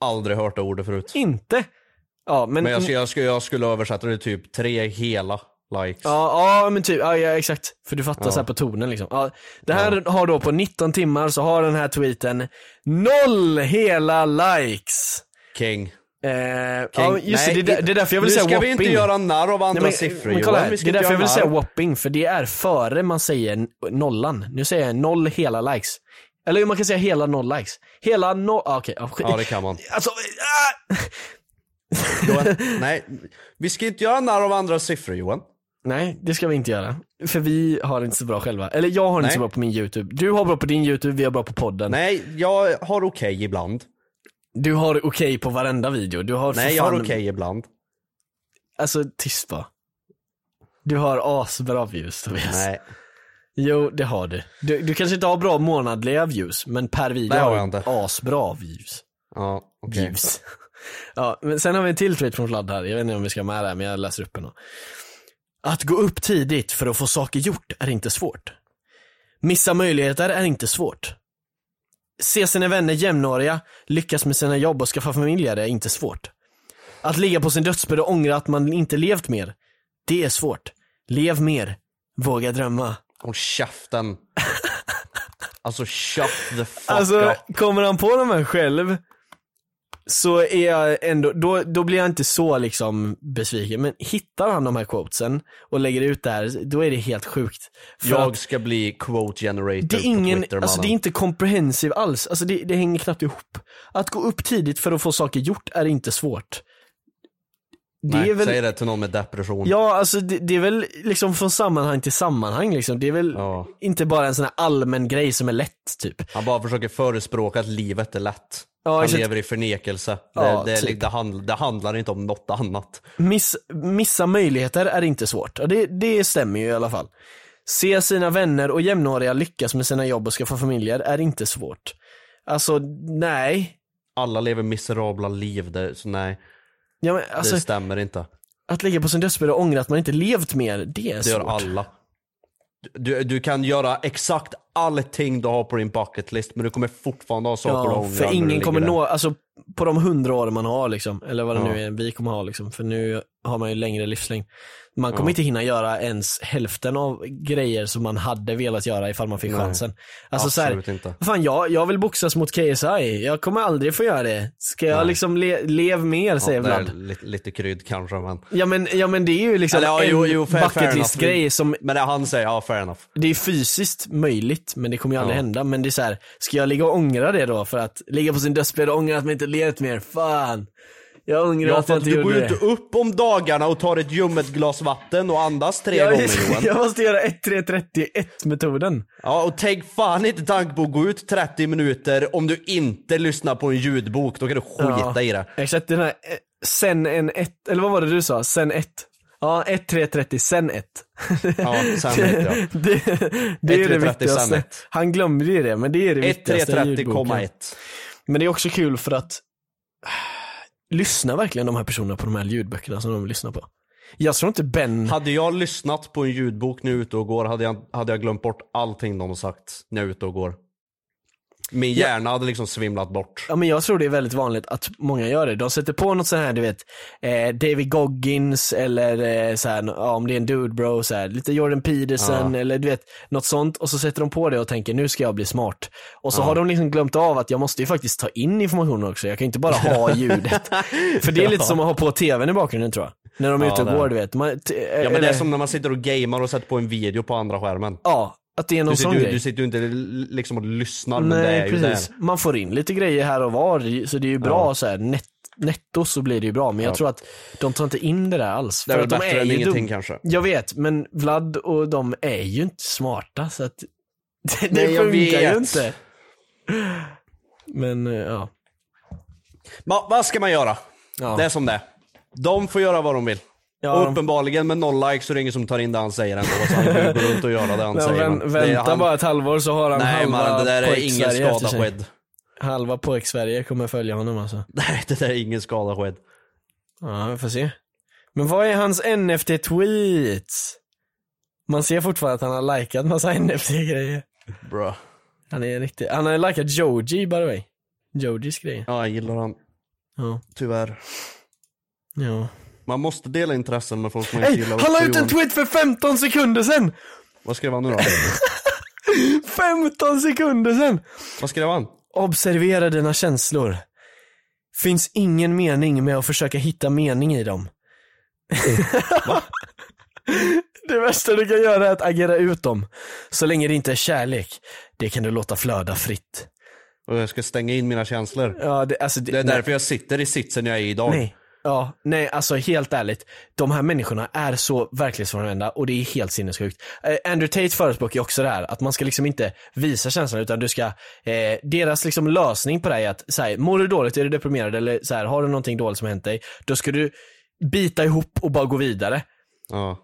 aldrig hört det ordet förut. Inte? Ja, men... Men jag, jag, skulle, jag skulle översätta det typ tre hela likes. Ja, ja men typ, ja, ja exakt. För du fattar ja. så här på tonen liksom. Ja, det här ja. har då på nitton timmar så har den här tweeten noll hela likes. King. Eh, ja, just Nej, det, det, det är därför jag vill säga whopping. Nu ska vi inte göra narr av andra Nej, men, siffror. Men kolla här, det är därför jag vill säga whopping, för det är före man säger nollan. Nu säger jag noll hela likes. Eller man kan säga hela noll likes. Hela noll, ah, okej. Okay. Ja, det kan man. Alltså, ah! Johan, nej, vi ska inte göra narr av andra siffror, Johan. Nej, det ska vi inte göra. För vi har inte så bra själva. Eller jag har inte nej. så bra på min YouTube. Du har bra på din YouTube, vi har bra på podden. Nej, jag har okej okay ibland. Du har okej okay på varenda video. Du har Nej, jag har okej okay ibland. Alltså, tyst bara. Du har asbra views, Tobias. Nej. Jo, det har du. du. Du kanske inte har bra månadliga views, men per video Nej, har har du asbra views. Ja, okej. Okay. Views. Ja, men sen har vi en till tweet från Vlad här. Jag vet inte om vi ska ha med det här, men jag läser upp den. Att gå upp tidigt för att få saker gjort är inte svårt. Missa möjligheter är inte svårt. Se sina vänner jämnåriga, lyckas med sina jobb och skaffa familjer är inte svårt. Att ligga på sin dödsbädd och ångra att man inte levt mer, det är svårt. Lev mer, våga drömma. Håll käften. Alltså shut the fuck Alltså up. Kommer han på de här själv, så är jag ändå, då, då blir jag inte så liksom besviken. Men hittar han de här quotesen och lägger ut det här, då är det helt sjukt. För jag ska bli quote generator det är ingen, på Twitter, alltså det är inte comprehensive alls. Alltså det, det hänger knappt ihop. Att gå upp tidigt för att få saker gjort är inte svårt. Det Nej, är väl, säg det till någon med depression. Ja, alltså det, det är väl liksom från sammanhang till sammanhang liksom. Det är väl ja. inte bara en sån här allmän grej som är lätt typ. Han bara försöker förespråka att livet är lätt. Ja, han lever i förnekelse. Ja, det, det, typ. det, handl, det handlar inte om något annat. Miss, missa möjligheter är inte svårt. Ja, det, det stämmer ju i alla fall. Se sina vänner och jämnåriga lyckas med sina jobb och skaffa familjer är inte svårt. Alltså, nej. Alla lever miserabla liv, det, så nej. Ja, men, alltså, det stämmer inte. Att ligga på sin dödsbädd och ångra att man inte levt mer, det är det svårt. Det gör alla. Du, du kan göra exakt allting du har på din bucket list, men du kommer fortfarande ha saker ja, att ångra. För ingen kommer nå, alltså på de hundra åren man har liksom, eller vad det ja. nu är vi kommer ha liksom, för nu har man ju längre livslängd. Man kommer ja. inte hinna göra ens hälften av grejer som man hade velat göra ifall man fick Nej. chansen. Alltså så här, inte. Fan, jag, jag vill boxas mot K S I. Jag kommer aldrig få göra det. Ska jag Nej. liksom le, lev mer, säger ja, Vlad. Lite, lite krydd kanske, men... Ja men, ja, men det är ju liksom Eller, ja, en jo, jo, bucket list grej som... Men det han säger, ja, fair enough. Det är fysiskt möjligt, men det kommer ju aldrig ja. hända. Men det är så här, ska jag ligga och ångra det då? För att ligga på sin dödsbädd och ångra att man inte levt mer? Fan. Jag ångrar ja, att jag inte du gjorde går ju det. inte upp om dagarna och tar ett ljummet glas vatten och andas tre jag, gånger, Johan. Jag måste göra ett tre trettio ett metoden. Ja, och tänk fan inte tanke på att gå ut trettio minuter om du inte lyssnar på en ljudbok. Då kan du skita ja, i det. Exakt, den här sen en ett, eller vad var det du sa? Sen ett. Ja, ett tre trettio, sen ett. Ja, sen ett, ja. Det, det är det viktigaste. Han glömde ju det, men det är det viktigaste. ett tre trettio komma ett. Men det är också kul för att lyssnar verkligen de här personerna på de här ljudböckerna som de vill lyssna på? Jag tror inte Ben... Hade jag lyssnat på en ljudbok när jag är ute och går, hade jag, hade jag glömt bort allting de har sagt när jag är ute och går. Min hjärna ja. hade liksom svimlat bort. Ja, men jag tror det är väldigt vanligt att många gör det. De sätter på något sån här, du vet, eh, David Goggins eller eh, så här, ja, om det är en dude bro, så här, lite Jordan Peterson ja. eller du vet, något sånt. Och så sätter de på det och tänker, nu ska jag bli smart. Och så ja. har de liksom glömt av att jag måste ju faktiskt ta in information också. Jag kan inte bara ha ljudet. För det är lite ja. som att ha på tvn i bakgrunden, tror jag. När de är ja, ute och går, du vet. Man, t- ja, men eller... det är som när man sitter och gamer och sätter på en video på andra skärmen. Ja. Att det är någon du, sån du, grej. Du sitter ju inte liksom och lyssnar. Nej, men det är precis. ju det. Man får in lite grejer här och var, så det är ju bra ja. så här, net, netto så blir det ju bra. Men jag ja. tror att de tar inte in det där alls. Det är för väl att bättre de är än ju ingenting dum. kanske. Jag vet, men Vlad och de är ju inte smarta, så att det, Nej, det funkar ju inte. Men ja. Ma, vad ska man göra? Ja. Det är som det. De får göra vad de vill. Ja, och uppenbarligen med noll likes så är det ingen som tar in det han säger ändå, så han går runt och göra det han men, säger. Men, vänta han... bara ett halvår så har han Nej, halva man, det där är ingen skada skedd. Halva pojk Sverige kommer följa honom alltså. Nej, det där är ingen skada skedd. Ja, vi får se. Men vad är hans N F T-tweets? Man ser fortfarande att han har likat massa N F T-grejer. Bra. Han är riktigt... Han har likat Joji, by the way. Jojis grej. Ja, jag gillar han. Ja. Tyvärr. Ja. Man måste dela intressen med folk som man Hej, gillar. han la ut en tweet för femton sekunder sedan! Vad skrev han nu då? femton sekunder sedan! Vad skrev han? Observera dina känslor. Finns ingen mening med att försöka hitta mening i dem. Va? Det värsta du kan göra är att agera ut dem. Så länge det inte är kärlek, det kan du låta flöda fritt. Och jag ska stänga in mina känslor. Ja, det, alltså, det, det är nej. därför jag sitter i sitsen jag är i idag. Nej. Ja, nej, alltså helt ärligt. De här människorna är så verklighetsfrånvända och det är helt sinnessjukt. eh, Andrew Tate förespråkar ju också det här, att man ska liksom inte visa känslor, utan du ska eh, deras liksom lösning på det är att så här, mår du dåligt, är du deprimerad eller så här, har du någonting dåligt som hänt dig, då ska du bita ihop och bara gå vidare. Ja.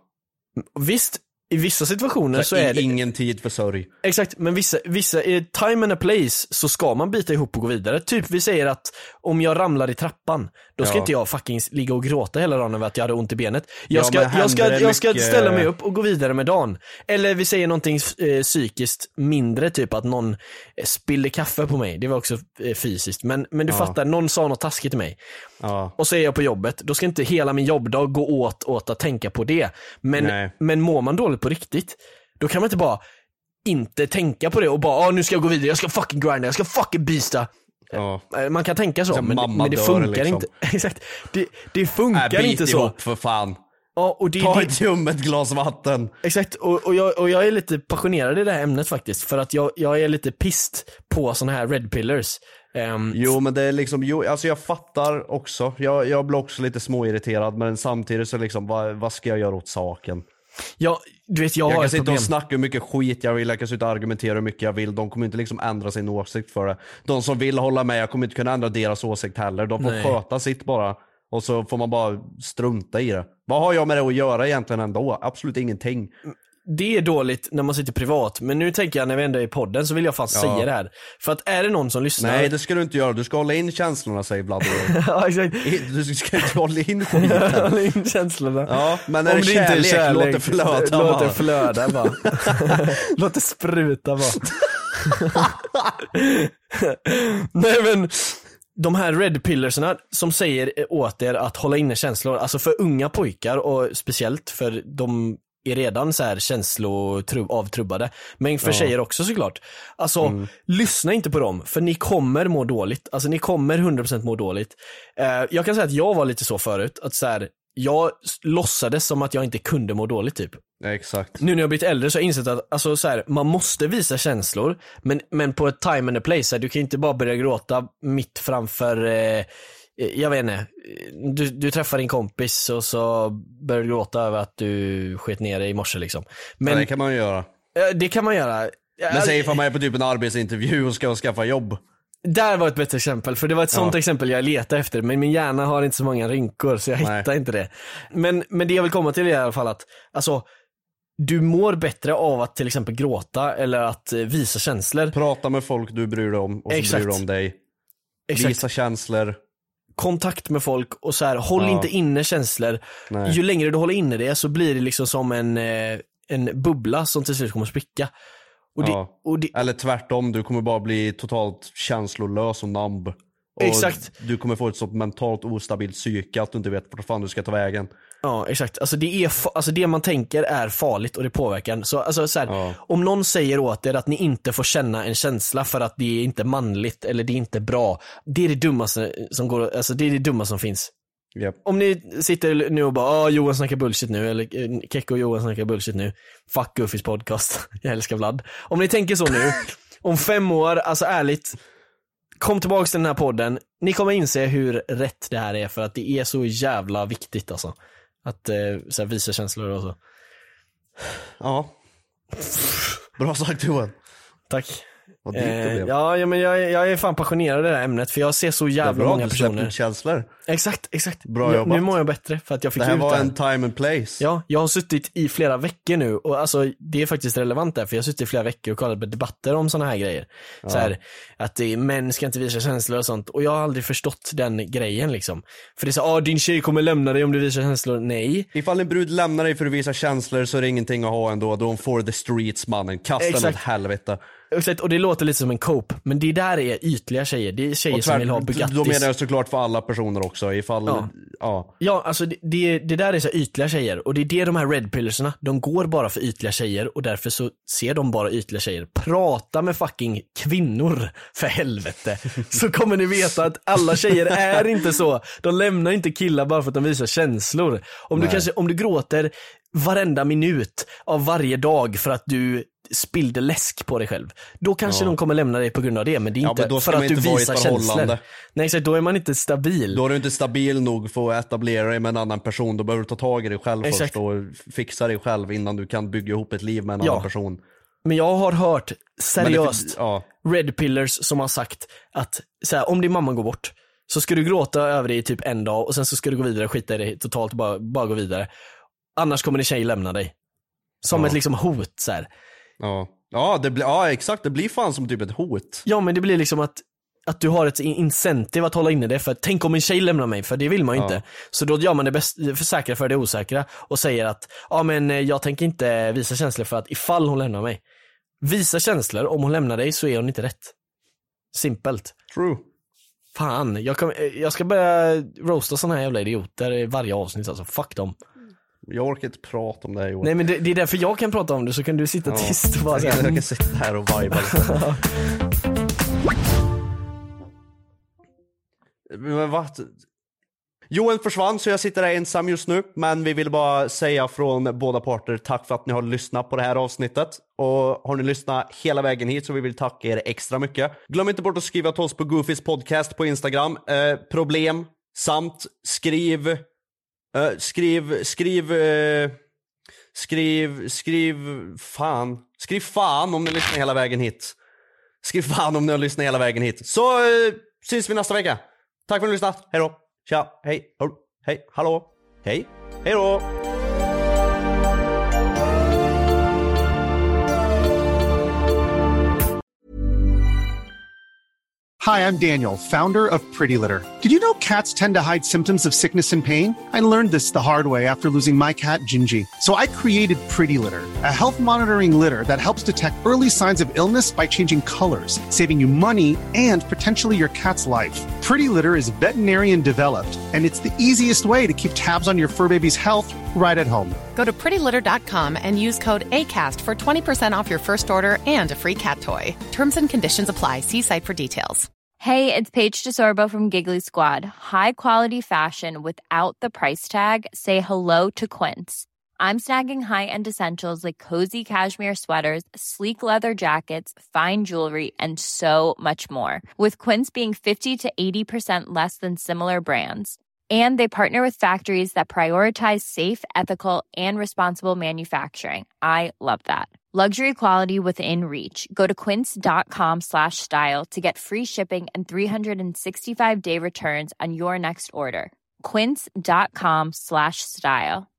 Visst, i vissa situationer så, så är det ingen tid för sorg. Exakt, men vissa, vissa i time and a place så ska man bita ihop och gå vidare. Typ vi säger att om jag ramlar i trappan, då ska ja. inte jag fucking ligga och gråta hela dagen över att jag hade ont i benet. Jag Ja, ska, jag ska, jag ska mycket... ställa mig upp och gå vidare med dagen. Eller vi säger någonting eh, psykiskt mindre, typ att någon eh, spillde kaffe på mig. Det var också eh, fysiskt, men, men du ja. fattar, någon sa något taskigt till mig. Ja. Och så är jag på jobbet, då ska inte hela min jobbdag gå åt, åt att tänka på det. Men, men mår man dåligt på riktigt, då kan man inte bara inte tänka på det och bara, ah, nu ska jag gå vidare, jag ska fucking grinda, jag ska fucking beasta. Ja. Man kan tänka så, så men, men det funkar liksom. inte. Exakt. Det, det funkar äh, inte så. ihop, för fan. Ja, och det, Ta det, ett ljum ett glas vatten. Exakt, och, och, jag, och jag är lite passionerad i det här ämnet faktiskt. För att jag, jag är lite pissed på såna här red pillars. Um, jo men det är liksom, jo, alltså jag fattar också. Jag, jag blir också lite småirriterad, men samtidigt så liksom, vad, vad ska jag göra åt saken? Ja, du vet, jag, jag har kan ett sitta problem. och snacka hur mycket skit jag vill, jag kan sitta och argumentera hur mycket jag vill. De kommer inte liksom ändra sin åsikt för det. De som vill hålla med, jag kommer inte kunna ändra deras åsikt heller. De får Nej. sköta sitt bara. Och så får man bara strunta i det. Vad har jag med det att göra egentligen ändå? Absolut ingenting. Det är dåligt när man sitter privat, men nu tänker jag när vi ändå är i podden så vill jag fan Ja. säga det här. För att är det någon som lyssnar... Nej, det ska du inte göra. Du ska hålla in känslorna, säger Vlad. Ja, exakt. Du ska inte hålla in skiten. Hålla in känslorna. Ja, men när Om det är det inte är kärlek, kärlek, låt det flöda. Låt det bara. flöda bara. Låt det spruta bara. Nej men, de här red pillersna som säger åt er att hålla inne känslor, alltså för unga pojkar och speciellt för de är redan så här känsloavtrubbade, men för Ja. tjejer också såklart. Alltså, Mm. lyssna inte på dem, för ni kommer må dåligt. Alltså ni kommer hundra procent må dåligt. Eh, jag kan säga att jag var lite så förut, att så här, jag låtsades som att jag inte kunde må dåligt typ. Ja, exakt. Nu när jag blivit äldre så har jag insett att alltså, så här, man måste visa känslor, men, men på ett time and a place. Du kan inte bara börja gråta mitt framför, eh, jag vet inte, du, du träffar din kompis och så börjar du gråta över att du sket ner dig i morse liksom. Men Ja, det kan man ju göra. eh, det kan man göra. Men säg ifall man är på typ en arbetsintervju och ska skaffa jobb. Där var ett bättre exempel, för det var ett sånt Ja. exempel jag letade efter, men min hjärna har inte så många rynkor så jag Nej. hittar inte det. Men, men det jag vill komma till är i alla fall att, alltså, du mår bättre av att till exempel gråta eller att eh, visa känslor. Prata med folk du bryr dig om och så Exakt. bryr dig om dig. Exakt. Visa känslor. Kontakt med folk och så här, håll Ja. inte inne känslor. Nej. Ju längre du håller inne det så blir det liksom som en, eh, en bubbla som till slut kommer att spricka. Och det, Ja. och det, Eller tvärtom, du kommer bara bli totalt känslolös och nabb. Och Exakt. du kommer få ett så mentalt ostabilt psyke att du inte vet vart fan du ska ta vägen. Ja, exakt. Alltså det, är fa- alltså det man tänker är farligt och det påverkar en. Så, alltså så här, Ja. om någon säger åt er att ni inte får känna en känsla för att det är inte manligt eller det är inte bra, det är det dummaste som går, alltså det är det dummaste som finns. Yep. Om ni sitter nu och bara, ah, Johan snackar bullshit nu, eller eh, Kekko och Johan snackar bullshit nu, fuck Guffys podcast, jag älskar Vlad. Om ni tänker så nu, om fem år, alltså ärligt, kom tillbaka till den här podden, ni kommer inse hur rätt det här är, för att det är så jävla viktigt alltså. Att eh, så här, visa känslor och så. Ja. Bra sagt Johan. Tack. Vad dyrt det Eh, blev. ja, ja, men jag, jag är fan passionerad i det här ämnet, för jag ser så Det är jävla bra många att du släppte personer. ut känslor. Exakt, exakt. Bra jag, jobbat. nu mår jag bättre för att jag fick Det här ut var det. en time and place. Ja, jag har suttit i flera veckor nu och alltså det är faktiskt relevant där, för jag har suttit i flera veckor och kollat på debatter om såna här grejer. Så här, att det är, män ska inte visa känslor och sånt, och jag har aldrig förstått den grejen liksom. För det är så, ah, din tjej kommer lämna dig om du visar känslor. Nej. Ifall en brud lämnar dig för att visa känslor så är det ingenting att ha ändå. Då hon får the streets, mannen. Kasta den åt Exakt. helvete. Exakt, och det det låter lite som en cope, men det där är ytliga tjejer. Det är tjejer och som vill ha Bugattis. Då menar jag såklart för alla personer också ifall, ja, ja. ja alltså det, det, det där är så ytliga tjejer. Och det är det de här red pillersna, de går bara för ytliga tjejer. Och därför så ser de bara ytliga tjejer. Prata med fucking kvinnor, för helvete. Så kommer ni veta att alla tjejer är inte så. De lämnar inte killar bara för att de visar känslor. Om du, kanske, om du gråter varenda minut av varje dag för att du spillde läsk på dig själv, då kanske ja. de kommer lämna dig på grund av det, men det är inte ja, för att du visar känslor. Nej, exakt, då är man inte stabil. Då är du inte stabil nog för att etablera dig med en annan person. Då behöver du ta tag i dig själv exakt. först och fixa dig själv innan du kan bygga ihop ett liv med en ja. annan person. Men jag har hört seriöst det, ja. red pillers som har sagt att så här, om din mamma går bort så ska du gråta över det i typ en dag och sen så ska du gå vidare och skita i det totalt och bara, bara gå vidare. Annars kommer din tjej lämna dig. Som ja. ett liksom hot så här. Ja. Ja, det blir ja exakt, det blir fan som typ ett hot. Ja, men det blir liksom att att du har ett incentive att hålla inne det, för tänk om en tjej lämnar mig, för det vill man ju ja. inte. Så då gör man det bäst för säkra för det osäkra och säger att ja men jag tänker inte visa känslor för att ifall hon lämnar mig. Visa känslor, om hon lämnar dig så är hon inte rätt. Simpelt. True. Fan, jag, kom, jag ska börja roasta såna här jävla idioter i varje avsnitt, alltså fuck dem. Jag orkar inte prata om det här. Nej, men det, det är därför jag kan prata om det, så kan du sitta ja. tyst och bara jag, jag kan sitta här och viba lite. Men vad? Joel försvann så jag sitter här ensam just nu. Men vi vill bara säga från båda parter tack för att ni har lyssnat på det här avsnittet. Och har ni lyssnat hela vägen hit så vi vill tacka er extra mycket. Glöm inte bort att skriva till oss på Goofys podcast på Instagram. eh, Problem samt skriv uh, Skriv Skriv uh, Skriv Skriv Fan Skriv fan om ni lyssnar hela vägen hit. Skriv fan om ni har lyssnat hela vägen hit. Så uh, syns vi nästa vecka. Tack för att ni har lyssnat. Hej då. Tja, hej, hej, hallå, hej, hej då. Hi, I'm Daniel, founder of Pretty Litter. Did you know cats tend to hide symptoms of sickness and pain? I learned this the hard way after losing my cat, Gingy. So I created Pretty Litter, a health monitoring litter that helps detect early signs of illness by changing colors, saving you money and potentially your cat's life. Pretty Litter is veterinarian developed, and it's the easiest way to keep tabs on your fur baby's health right at home. Go to pretty litter dot com and use code ACAST for twenty percent off your first order and a free cat toy. Terms and conditions apply. See site for details. Hey, it's Paige DeSorbo from Giggly Squad. High quality fashion without the price tag. Say hello to Quince. I'm snagging high-end essentials like cozy cashmere sweaters, sleek leather jackets, fine jewelry, and so much more. With Quince being fifty to eighty percent less than similar brands. And they partner with factories that prioritize safe, ethical, and responsible manufacturing. I love that. Luxury quality within reach. Go to quince dot com slash style to get free shipping and three sixty-five day returns on your next order. quince dot com slash style.